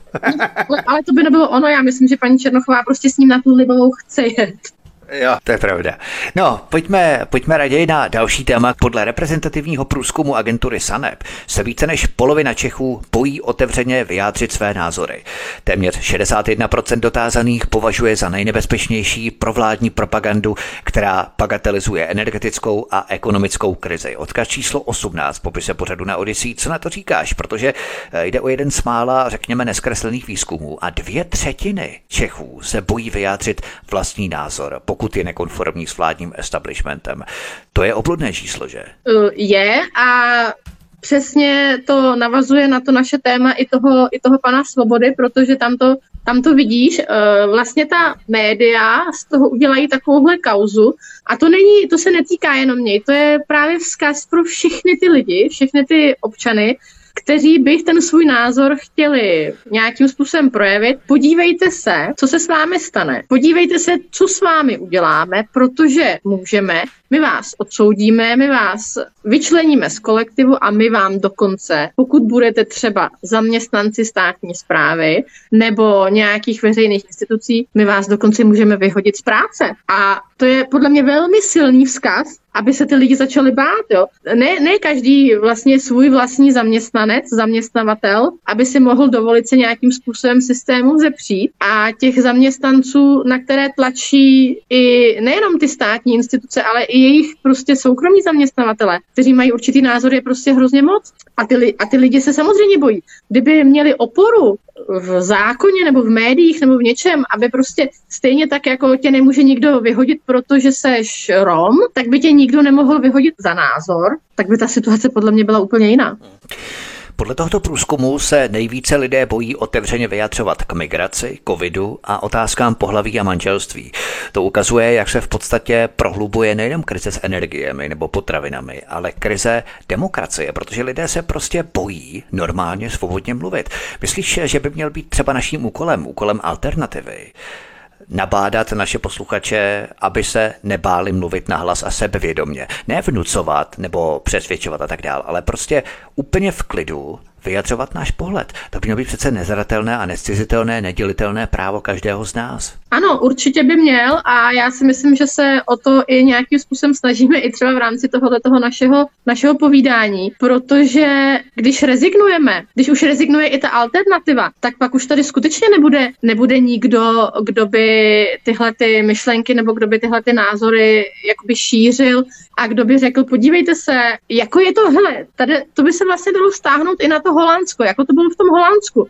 Ale to by nebylo ono, já myslím, že paní Černochová prostě s ním na tu Libavou chce jet. Jo, to je pravda. No, pojďme raději na další téma. Podle reprezentativního průzkumu agentury SANEP se více než polovina Čechů bojí otevřeně vyjádřit své názory. Téměř 61% dotázaných považuje za nejnebezpečnější provládní propagandu, která bagatelizuje energetickou a ekonomickou krizi. Odkaz číslo 18 v popise pořadu na Odyssey. Co na to říkáš? Protože jde o jeden z mála, řekněme, neskreslených výzkumů a 2/3 Čechů se bojí vyjádřit vlastní názor, pokud je nekonformní s vládním establishmentem. To je obludné číslo, že? Je a přesně to navazuje na to naše téma i toho pana Svobody, protože tam to vidíš, vlastně ta média z toho udělají takovouhle kauzu a to se netýká jenom něj, to je právě vzkaz pro všechny ty lidi, všechny ty občany, kteří by ten svůj názor chtěli nějakým způsobem projevit. Podívejte se, co se s vámi stane. Podívejte se, co s vámi uděláme, protože můžeme. My vás odsoudíme, my vás vyčleníme z kolektivu a my vám dokonce, pokud budete třeba zaměstnanci státní správy nebo nějakých veřejných institucí, my vás dokonce můžeme vyhodit z práce. A to je podle mě velmi silný vzkaz, aby se ty lidi začali bát. Jo. Ne každý vlastně svůj vlastní zaměstnavatel, aby si mohl dovolit se nějakým způsobem systému zepřít a těch zaměstnanců, na které tlačí i nejenom ty státní instituce, ale i jejich prostě soukromí zaměstnavatele, kteří mají určitý názor, je prostě hrozně moc. A ty lidi se samozřejmě bojí. Kdyby měli oporu v zákoně nebo v médiích nebo v něčem, aby prostě stejně tak, jako tě nemůže nikdo vyhodit, protože seš Rom, tak by tě nikdo nemohl vyhodit za názor, tak by ta situace podle mě byla úplně jiná. Podle tohoto průzkumu se nejvíce lidé bojí otevřeně vyjadřovat k migraci, covidu a otázkám pohlaví a manželství. To ukazuje, jak se v podstatě prohlubuje nejen krize s energiemi nebo potravinami, ale krize demokracie, protože lidé se prostě bojí normálně svobodně mluvit. Myslíš, že by měl být třeba naším úkolem alternativy, nabádat naše posluchače, aby se nebáli mluvit nahlas a sebevědomě. Ne vnucovat nebo přesvědčovat a tak dál, ale prostě úplně v klidu vyjadřovat náš pohled. To by mělo být přece nezadatelné a nezcizitelné, nedělitelné právo každého z nás. Ano, určitě by měl a já si myslím, že se o to i nějakým způsobem snažíme i třeba v rámci tohoto našeho povídání, protože když už rezignuje i ta alternativa, tak pak už tady skutečně nebude nikdo, kdo by tyhle ty myšlenky nebo kdo by tyhle ty názory jakoby šířil a kdo by řekl, podívejte se, jako je to, hele, tady to by se vlastně dalo stáhnout i na to Holandsko, jako to bylo v tom Holandsku.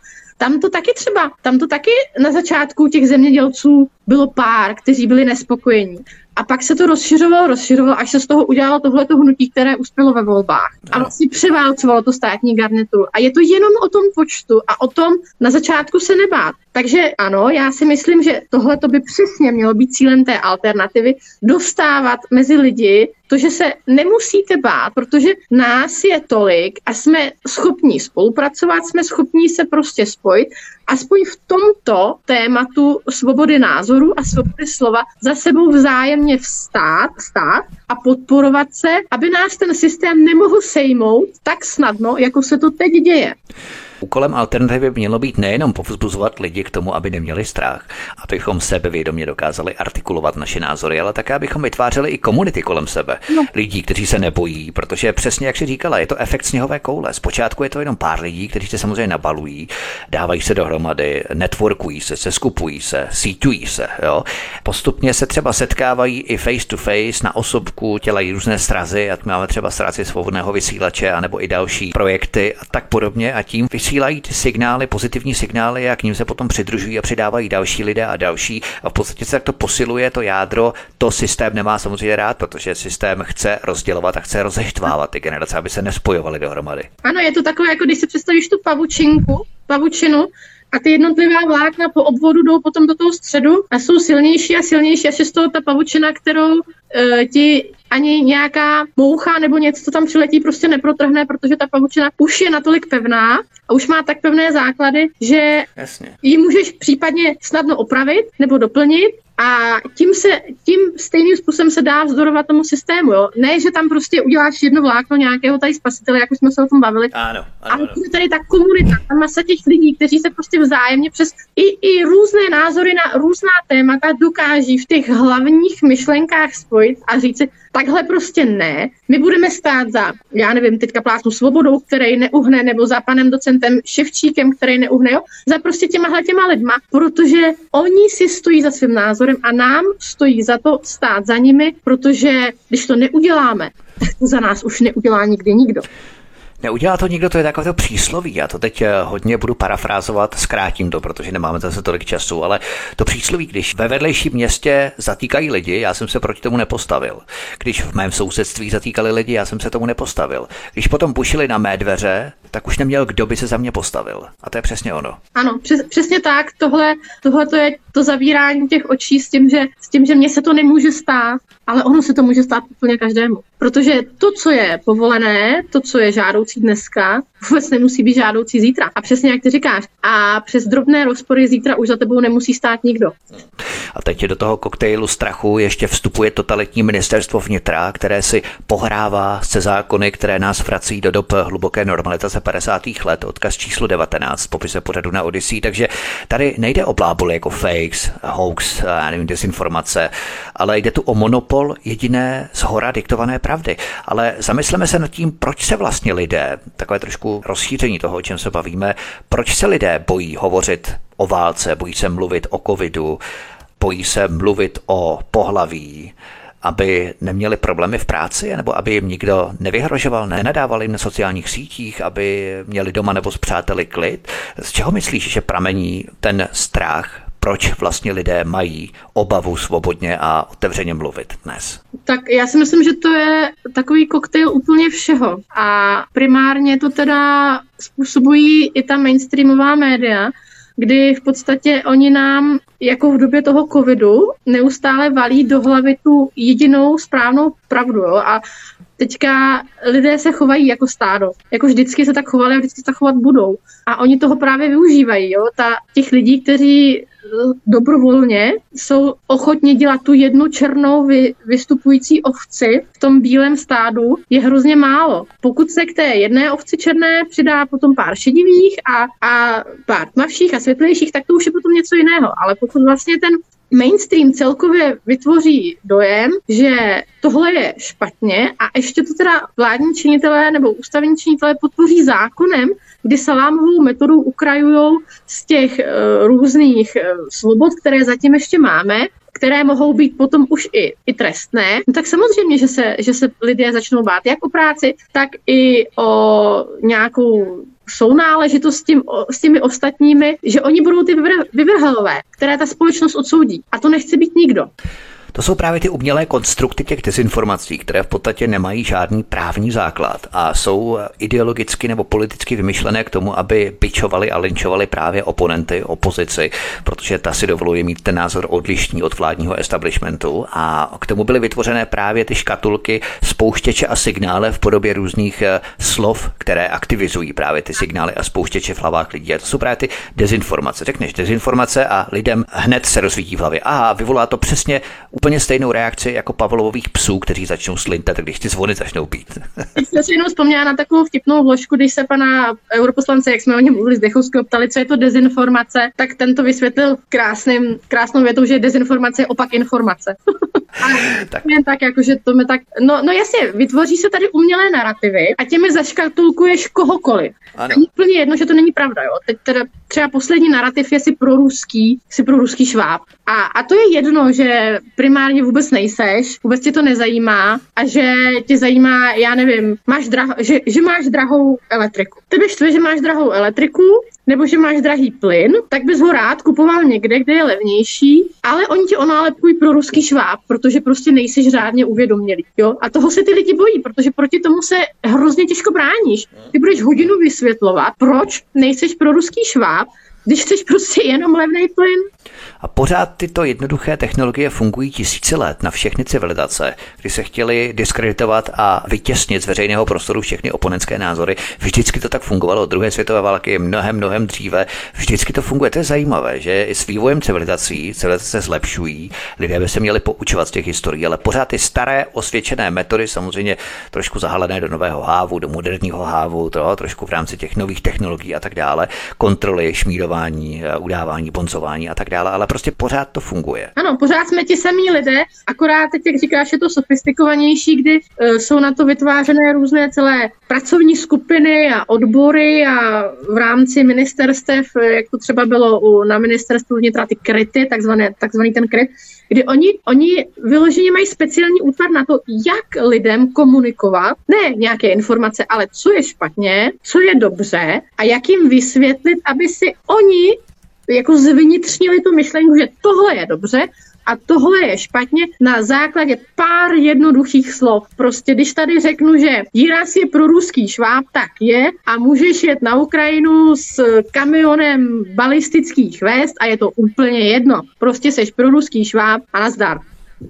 Tam to taky na začátku těch zemědělců bylo pár, kteří byli nespokojení. A pak se to rozšiřovalo, až se z toho udělalo tohleto hnutí, které uspělo ve volbách. A vlastně převálcovalo to státní garnituru. A je to jenom o tom počtu a o tom na začátku se nebát. Takže ano, já si myslím, že tohleto by přesně mělo být cílem té alternativy, dostávat mezi lidi to, že se nemusíte bát, protože nás je tolik a jsme schopní spolupracovat, jsme schopní se prostě spojit spojit, aspoň v tomto tématu svobody názoru a svobody slova za sebou vzájemně stát a podporovat se, aby nás ten systém nemohl sejmout tak snadno, jako se to teď děje. Úkolem alternativy mělo být nejenom povzbuzovat lidi k tomu, aby neměli strach, abychom sebevědomě dokázali artikulovat naše názory, ale také abychom vytvářeli i komunity kolem sebe. Lidí, kteří se nebojí, protože přesně jak si říkala, je to efekt sněhové koule. Zpočátku je to jenom pár lidí, kteří se samozřejmě nabalují, dávají se dohromady, networkují se, seskupují se, síťují se. Jo? Postupně se třeba setkávají i face to face na osobku, dělají různé srazy, jak máme třeba srazy svobodného vysílače, anebo i další projekty a tak podobně a tím vysílají ty signály, pozitivní signály a k ním se potom přidružují a přidávají další lidé a další a v podstatě se takto posiluje to jádro. To systém nemá samozřejmě rád, protože systém chce rozdělovat a chce rozeštvávat ty generace, aby se nespojovaly dohromady. Ano, je to takové, jako když si představíš tu pavučinu a ty jednotlivá vlákna po obvodu jdou potom do toho středu a jsou silnější a silnější, až je z toho ta pavučina, kterou ti ani nějaká moucha nebo něco, co tam přiletí, prostě neprotrhne, protože ta pavučina už je natolik pevná a už má tak pevné základy, že ji můžeš případně snadno opravit nebo doplnit a tím stejným způsobem se dá vzdorovat tomu systému. Jo? Ne, že tam prostě uděláš jedno vlákno nějakého tady spasitele, jak už jsme se o tom bavili, ale tady ta komunita, ta masa těch lidí, kteří se prostě vzájemně přes i různé názory na různá témata dokáží v těch hlavních myšlenkách spojit a říct si, takhle prostě ne. My budeme stát za, já nevím, teďka plásnu Svobodou, který neuhne, nebo za panem docentem Ševčíkem, který neuhne, jo? Za prostě těma lidma, protože oni si stojí za svým názorem a nám stojí za to stát za nimi, protože když to neuděláme, tak to za nás už neudělá nikdy nikdo. Neudělá to nikdo, to je takové to přísloví. Já to teď hodně budu parafrázovat, zkrátím to, protože nemáme zase tolik času, ale to přísloví, když ve vedlejším městě zatýkají lidi, já jsem se proti tomu nepostavil. Když v mém sousedství zatýkali lidi, já jsem se tomu nepostavil. Když potom bušili na mé dveře, tak už neměl kdo by se za mě postavil. A to je přesně ono. Ano, přesně tak. Tohle to je to zavírání těch očí s tím, že mně se to nemůže stát, ale ono se to může stát úplně každému. Protože to, co je povolené, to, co je žádoucí dneska, vůbec nemusí být žádoucí zítra. A přesně jak ty říkáš. A přes drobné rozpory zítra už za tebou nemusí stát nikdo. A teď do toho koktejlu strachu ještě vstupuje totalitní ministerstvo vnitra, které si pohrává se zákony, které nás vrací do dob hluboké normalizace 50. let, odkaz číslo 19, popise pořadu na Odyssey. Takže tady nejde o bláboli jako fakes, hoax, dezinformace, ale jde tu o monopol jediné zhora diktované pravdy. Ale zamysleme se nad tím, proč se vlastně lidé, takové trošku rozšíření toho, o čem se bavíme, proč se lidé bojí hovořit o válce, bojí se mluvit o covidu, bojí se mluvit o pohlaví, aby neměli problémy v práci, nebo aby jim nikdo nevyhrožoval, nenadával jim na sociálních sítích, aby měli doma nebo s přáteli klid. Z čeho myslíš, že pramení ten strach? Proč vlastně lidé mají obavu svobodně a otevřeně mluvit dnes? Tak já si myslím, že to je takový koktejl úplně všeho. A primárně to teda způsobují i ta mainstreamová média, kdy v podstatě oni nám, jako v době toho covidu, neustále valí do hlavy tu jedinou správnou pravdu. Jo? A teďka lidé se chovají jako stádo. Jako vždycky se tak chovali a vždycky se tak chovat budou. A oni toho právě využívají. Jo? Těch lidí, kteří dobrovolně jsou ochotni dělat tu jednu černou vystupující ovci v tom bílém stádu, je hrozně málo. Pokud se k té jedné ovci černé přidá potom pár šedivých a pár tmavších a světlejších, tak to už je potom něco jiného. Ale pokud vlastně ten mainstream celkově vytvoří dojem, že tohle je špatně a ještě to teda vládní činitelé nebo ústavní činitelé podpoří zákonem, kdy salámovou metodou ukrajujou z těch různých svobod, které zatím ještě máme, které mohou být potom už i trestné, no tak samozřejmě, že se lidé začnou bát jak o práci, tak i o nějakou sounáležitost s těmi ostatními, že oni budou ty vyvrhelové, které ta společnost odsoudí. A to nechce být nikdo. To jsou právě ty umělé konstrukty těch dezinformací, které v podstatě nemají žádný právní základ a jsou ideologicky nebo politicky vymyšlené k tomu, aby bičovali a linčovali právě oponenty, opozici, protože ta si dovoluje mít ten názor odlišný od vládního establishmentu a k tomu byly vytvořené právě ty škatulky, spouštěče a signály v podobě různých slov, které aktivizují právě ty signály a spouštěče v hlavách lidí. A to jsou právě ty dezinformace. Řekneš dezinformace a lidem hned se rozsvítí v hlavě. Aha, vyvolá to přesně úplně stejnou reakci jako Pavlovových psů, kteří začnou slintat, když ty zvony začnou být. Teď jsem si jenom vzpomněla na takovou vtipnou vložku, když se pana europoslance, jak jsme o něm mluvili s Dechovským, ptali, co je to dezinformace, tak ten to vysvětlil krásnou větou, že dezinformace je opak informace. tak jakože to mi tak, no jasně, vytvoří se tady umělé narrativy a těmi zaškatulkuješ kohokoliv. Není úplně jedno, že to není pravda, jo. Teď teda třeba poslední narrativ je si proruský Šváb. A to je jedno, že primárně vůbec nejseš, vůbec tě to nezajímá a že tě zajímá, já nevím, že máš drahou elektriku. Tebe štve, že máš drahou elektriku, nebo že máš drahý plyn, tak bys ho rád kupoval někde, kde je levnější, ale oni ti onálepkují pro ruský Šváb, protože prostě nejseš řádně uvědomělý. Jo? A toho se ty lidi bojí, protože proti tomu se hrozně těžko bráníš. Ty budeš hodinu vysvětlovat, proč nejseš pro ruský Šváb, když chceš prostě jenom levný plyn. A pořád tyto jednoduché technologie fungují tisíce let na všechny civilizace, kdy se chtěli diskreditovat a vytěsnit z veřejného prostoru všechny oponentské názory. Vždycky to tak fungovalo od druhé světové války, mnohem dříve. Vždycky to funguje. To je zajímavé, že i s vývojem civilizace se zlepšují. Lidé by se měli poučovat z těch historií, ale pořád ty staré osvědčené metody, samozřejmě trošku zahalené do nového hávu, do moderního hávu, trošku v rámci těch nových technologií a tak dále, kontroly, šmírování, udávání, boncování a tak dále, ale prostě pořád to funguje. Ano, pořád jsme ti samí lidé, akorát teď, jak říkáš, je to sofistikovanější, kdy jsou na to vytvářené různé celé pracovní skupiny a odbory a v rámci ministerstev, jak to třeba bylo na ministerstvu vnitra, ty kryty, takzvaný ten kryt, kdy oni vyloženě mají speciální útvar na to, jak lidem komunikovat, ne nějaké informace, ale co je špatně, co je dobře a jak jim vysvětlit, aby si oni jako zvnitřnili tu myšlenku, že tohle je dobře a tohle je špatně na základě pár jednoduchých slov. Prostě když tady řeknu, že Jiras je proruský Šváb, tak je a můžeš jet na Ukrajinu s kamionem balistických vest a je to úplně jedno. Prostě seš proruský Šváb a nazdar.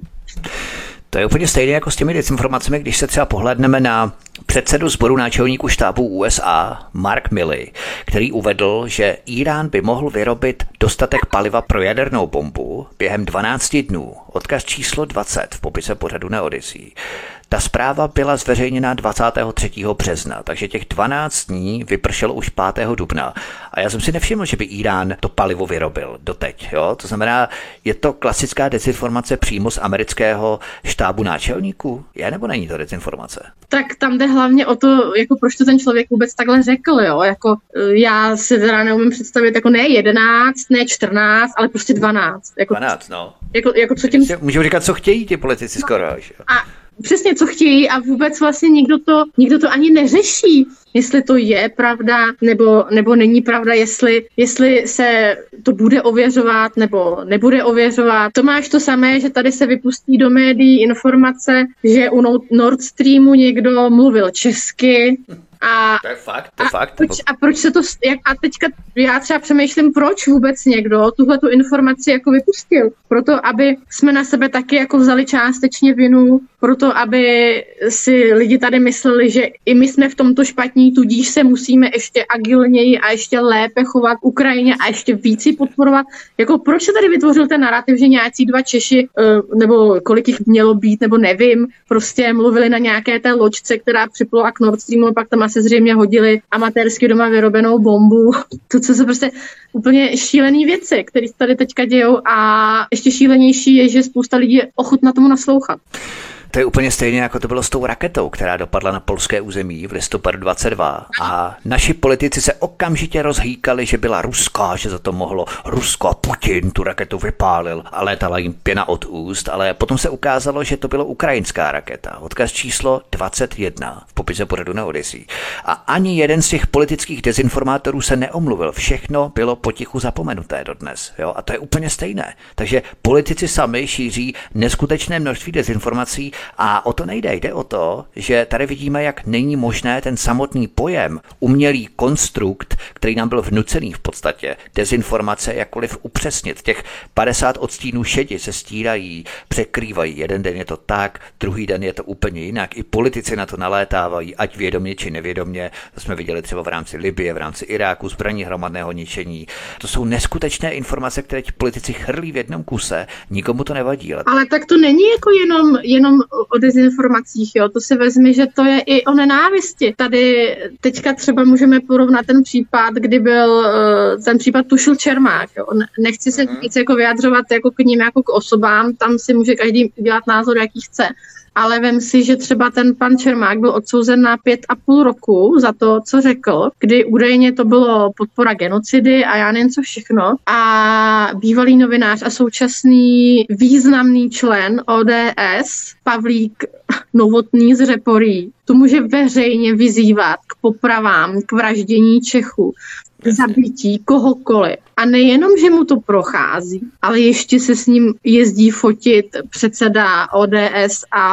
To je úplně stejné jako s těmi dezinformacemi, když se třeba pohlédneme na předsedu sboru náčelníků štábů USA Mark Milley, který uvedl, že Irán by mohl vyrobit dostatek paliva pro jadernou bombu během 12 dnů. Odkaz číslo 20 v popise pořadu na Odyssey. Ta zpráva byla zveřejněna 23. března, takže těch 12 dní vypršelo už 5. dubna. A já jsem si nevšiml, že by Irán to palivo vyrobil doteď. Jo? To znamená, je to klasická dezinformace přímo z amerického štábu náčelníků? Je nebo není to dezinformace? Tak tam jde hlavně o to, jako proč to ten člověk vůbec takhle řekl. Jo? Jako, já si teda neumím představit, jako ne 11, ne 14, ale prostě 12. Jako, 12, no. Jako co tím... Můžou říkat, co chtějí ti politici skoro. A přesně, co chtějí a vůbec vlastně nikdo to ani neřeší, jestli to je pravda nebo není pravda, jestli se to bude ověřovat nebo nebude ověřovat. To máš to samé, že tady se vypustí do médií informace, že u Nord Streamu někdo mluvil česky. To je fakt. A proč se to... A teďka já třeba přemýšlím, proč vůbec někdo tuhletu informaci jako vypustil. Proto, aby jsme na sebe taky jako vzali částečně vinu, proto, aby si lidi tady mysleli, že i my jsme v tomto špatní, tudíž se musíme ještě agilněji a ještě lépe chovat k Ukrajině a ještě víc ji podporovat. Jako proč se tady vytvořil ten narrativ, že nějací dva Češi, nebo kolik jich mělo být, nebo nevím, prostě mluvili na nějaké té loďce, která připlula k Nord Streamu, pak tam asi zřejmě hodili amatérsky doma vyrobenou bombu. To, co jsou prostě úplně šílený věci, které tady teďka dějou a ještě šílenější je, že spousta lidí je ochotna tomu naslouchat. To je úplně stejně, jako to bylo s tou raketou, která dopadla na polské území v listopadu 22. A naši politici se okamžitě rozhýkali, že byla ruská, že za to mohlo Rusko a Putin tu raketu vypálil a létala jim pěna od úst, ale potom se ukázalo, že to bylo ukrajinská raketa. Odkaz číslo 21 v popise pořadu na Odyssey. A ani jeden z těch politických dezinformátorů se neomluvil. Všechno bylo potichu zapomenuté dodnes. Jo? A to je úplně stejné. Takže politici sami šíří neskutečné množství dezinformací a o to nejde. Jde o to, že tady vidíme, jak není možné ten samotný pojem, umělý konstrukt, který nám byl vnucený v podstatě, dezinformace jakkoliv upřesnit. Těch 50 odstínů šedi se stírají, překrývají. Jeden den je to tak, druhý den je to úplně jinak. I politici na to nalétávají, ať vědomě či nevědomě. To jsme viděli třeba v rámci Libye, v rámci Iráku, zbraní hromadného ničení. To jsou neskutečné informace, které ti politici chrlí v jednom kuse. Nikomu to nevadí. Ale tak to není jako jenom o dezinformacích, jo. To si vezmi, že to je i o nenávisti. Tady teďka třeba můžeme porovnat ten případ, kdy byl ten případ Tušil Čermák. Jo. Nechci se nic jako vyjadřovat jako k ním, jako k osobám, tam si může každý dělat názor, jaký chce. Ale vem si, že třeba ten pan Čermák byl odsouzen na 5,5 roku za to, co řekl, kdy údajně to bylo podpora genocidy a já nevím co všechno. A bývalý novinář a současný významný člen ODS, Pavlík Novotný z Řeporí, to může veřejně vyzývat k popravám, k vraždění Čechů, k zabití kohokoliv. A nejenom, že mu to prochází, ale ještě se s ním jezdí fotit předseda ODS a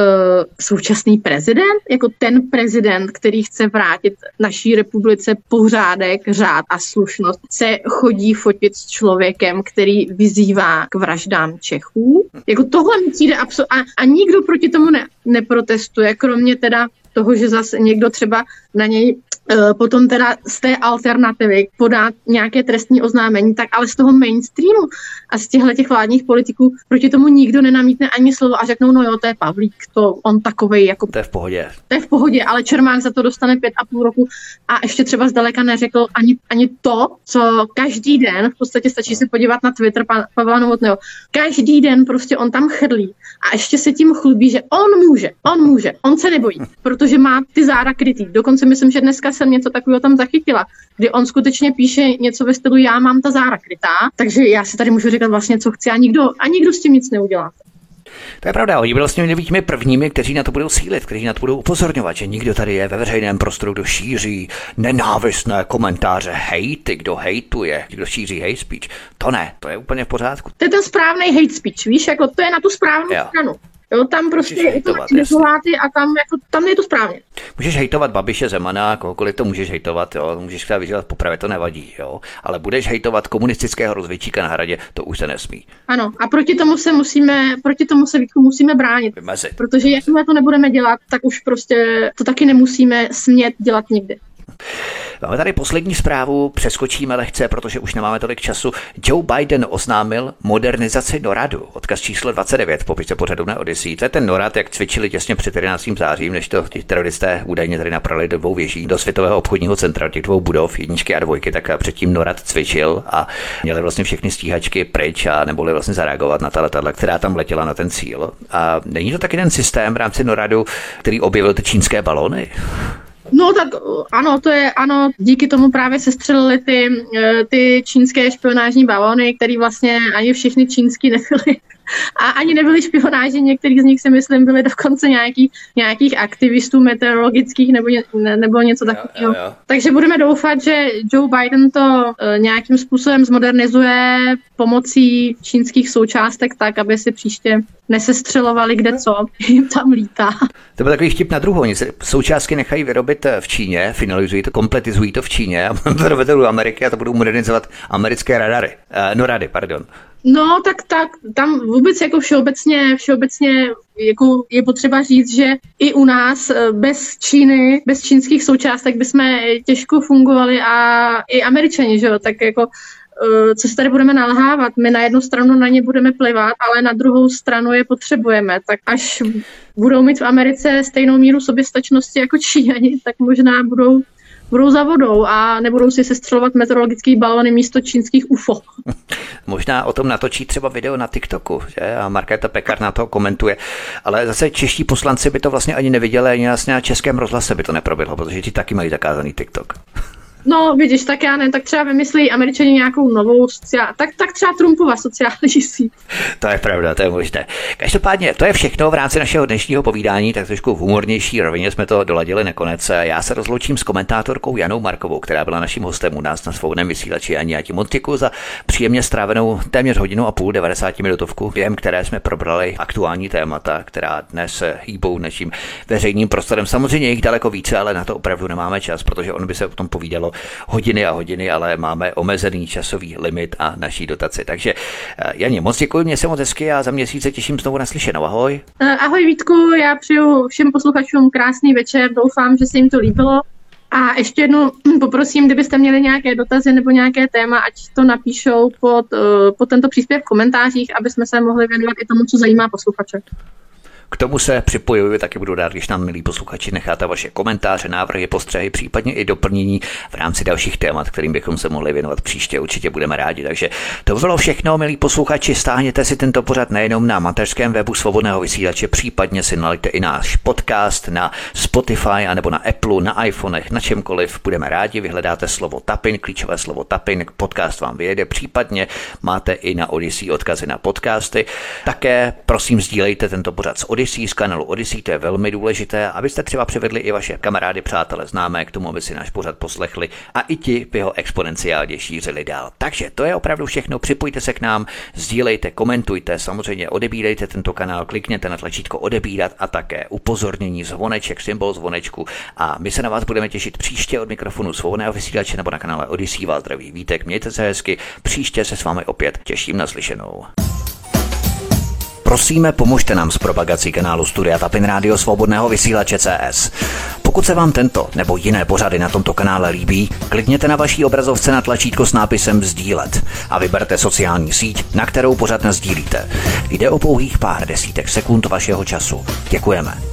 současný prezident, jako ten prezident, který chce vrátit naší republice pořádek, řád a slušnost, se chodí fotit s člověkem, který vyzývá k vraždám Čechů. Jako tohle mi přijde a nikdo proti tomu neprotestuje, kromě teda toho, že zase někdo třeba na něj potom teda z té alternativy podá nějaké trestní oznámení, tak ale z toho mainstreamu a z těch vládních politiků proti tomu nikdo nenamítne ani slovo a řeknou, no jo, to je Pavlík, to on takovej, jako... To je v pohodě. To je v pohodě, ale Čermák za to dostane 5,5 roku a ještě třeba zdaleka neřekl ani to, co každý den, v podstatě stačí se podívat na Twitter Pavla Novotného, každý den prostě on tam chrlí a ještě se tím chlubí, že on může, on se nebojí, protože má ty záda krytý. Dokonce myslím, že dneska jsem něco takového tam zachytila, kdy on skutečně píše něco ve stylu já mám ta záda krytá, takže já si tady můžu říkat vlastně, co chci a nikdo s tím nic neudělá. To je pravda, oni vlastně měli být těmi prvními, kteří na to budou sílit, kteří na to budou upozorňovat, že nikdo tady je ve veřejném prostoru, kdo šíří nenávistné komentáře, hejty, kdo hejtuje, kdo šíří hate speech. To ne, to je úplně v pořádku. To je ten správný hate speech, víš, jako to je na tu správnou stranu. Jo, tam prostě je to dezoláty a tam je to správně. Můžeš hejtovat Babiše, Zemana, kohokoliv to můžeš hejtovat, jo, můžeš třeba vydělat popravě, to nevadí, jo, ale budeš hejtovat komunistického rozvědčíka na Hradě, to už se nesmí. Ano, a proti tomu se musíme bránit, vymezit. Protože jakmile to nebudeme dělat, tak už prostě to taky nemusíme smět dělat nikdy. Máme tady poslední zprávu, přeskočíme lehce, protože už nemáme tolik času. Joe Biden oznámil modernizaci NORADu. Odkaz číslo 29 v popise pořadu na Odyssey. To je ten NORAD, jak cvičili těsně před 11. zářím, než to ti teroristé údajně tady naprali do 2 věží, do Světového obchodního centra, těch 2 budov, 1 a 2, tak předtím NORAD cvičil a měli vlastně všechny stíhačky pryč a neboli vlastně zareagovat na ta letadla, která tam letěla na ten cíl. A není to taky ten systém v rámci NORADu, který objevil ty čínské balóny? No tak ano, díky tomu právě sestřelili ty čínské špionážní balóny, které vlastně ani všechny čínský nebyly. A ani nebyly špionáži, některý z nich si myslím byli dokonce nějakých aktivistů meteorologických nebo něco takového. Takže budeme doufat, že Joe Biden to nějakým způsobem zmodernizuje pomocí čínských součástek tak, aby si příště nesestřelovali kde co jim tam lítá. To byl takový vtip na druhou. Součástky nechají vyrobit v Číně, finalizují to, kompletizují to v Číně a to dovedou do Ameriky a to budou modernizovat americké NORADy. No, tak tam vůbec jako všeobecně jako je potřeba říct, že i u nás bez Číny, bez čínských součástek bychom těžko fungovali a i Američani, že jo, tak jako co se tady budeme nalhávat, my na jednu stranu na ně budeme plivat, ale na druhou stranu je potřebujeme, tak až budou mít v Americe stejnou míru soběstačnosti jako Číňani, tak možná budou budou za vodou a nebudou si sestřelovat meteorologické balony místo čínských UFO. Možná o tom natočí třeba video na TikToku, že? A Markéta Pekar na to komentuje. Ale zase čeští poslanci by to vlastně ani neviděli, ani na Českém rozhlase by to neproběhlo, protože ti taky mají zakázaný TikTok. No, vidíš, tak já ne, tak třeba vymyslí Američani nějakou novou tak třeba Trumpova sociální síť. To je pravda, to je možné. Každopádně, to je všechno v rámci našeho dnešního povídání, tak trošku v humornější rovině jsme to doladili nakonec. Já se rozloučím s komentátorkou Janou Markovou, která byla naším hostem u nás na Svobodném vysílači. Ani já ti moc děkuji za příjemně strávenou téměř 1,5 hodiny, 90minutovku, během které jsme probrali aktuální témata, která dnes hýbou naším veřejným prostorem. Samozřejmě jich daleko více, ale na to opravdu nemáme čas, protože on by se o tom povídalo hodiny a hodiny, ale máme omezený časový limit a naší dotaci. Takže Janě, moc děkuji, mě se moc hezky a za měsíc se těším znovu na slyšenou. Ahoj. Ahoj Vítku, já přeju všem posluchačům krásný večer, doufám, že se jim to líbilo. A ještě jednou poprosím, kdybyste měli nějaké dotazy nebo nějaké téma, ať to napíšou pod tento příspěvek v komentářích, aby jsme se mohli věnovat i tomu, co zajímá posluchače. K tomu se připojuji, taky budu rád, když nám, milí posluchači, necháte vaše komentáře, návrhy, postřehy, případně i doplnění v rámci dalších témat, kterým bychom se mohli věnovat příště. Určitě budeme rádi. Takže to bylo všechno, milí posluchači. Stáhněte si tento pořad nejenom na mateřském webu Svobodného vysílače, případně si nalaďte i náš podcast na Spotify anebo na Apple, na iPhonech, na čemkoliv. Budeme rádi, vyhledáte slovo Tapin, klíčové slovo Tapin, podcast vám vyjede, případně máte i na Odyssey odkazy na podcasty. Také prosím sdílejte tento pořad s Odyssey, z kanálu Odyssey, to je velmi důležité, abyste třeba přivedli i vaše kamarády, přátele, známé k tomu, aby si náš pořad poslechli a i ti by ho exponenciálně šířili dál. Takže to je opravdu všechno, připojte se k nám, sdílejte, komentujte, samozřejmě odebírejte tento kanál, klikněte na tlačítko odebírat a také upozornění, zvoneček, symbol zvonečku a my se na vás budeme těšit příště od mikrofonu Svobodného vysílače nebo na kanále Odyssey. Vás zdraví Vítek, mějte se hezky, příště se s vámi opět těším na slyšenou. Prosíme, pomožte nám s propagací kanálu Studia Tapin Rádio Svobodného vysílače CS. Pokud se vám tento nebo jiné pořady na tomto kanále líbí, klikněte na vaší obrazovce na tlačítko s nápisem sdílet a vyberte sociální síť, na kterou pořad nasdílíte. Jde o pouhých pár desítek sekund vašeho času. Děkujeme.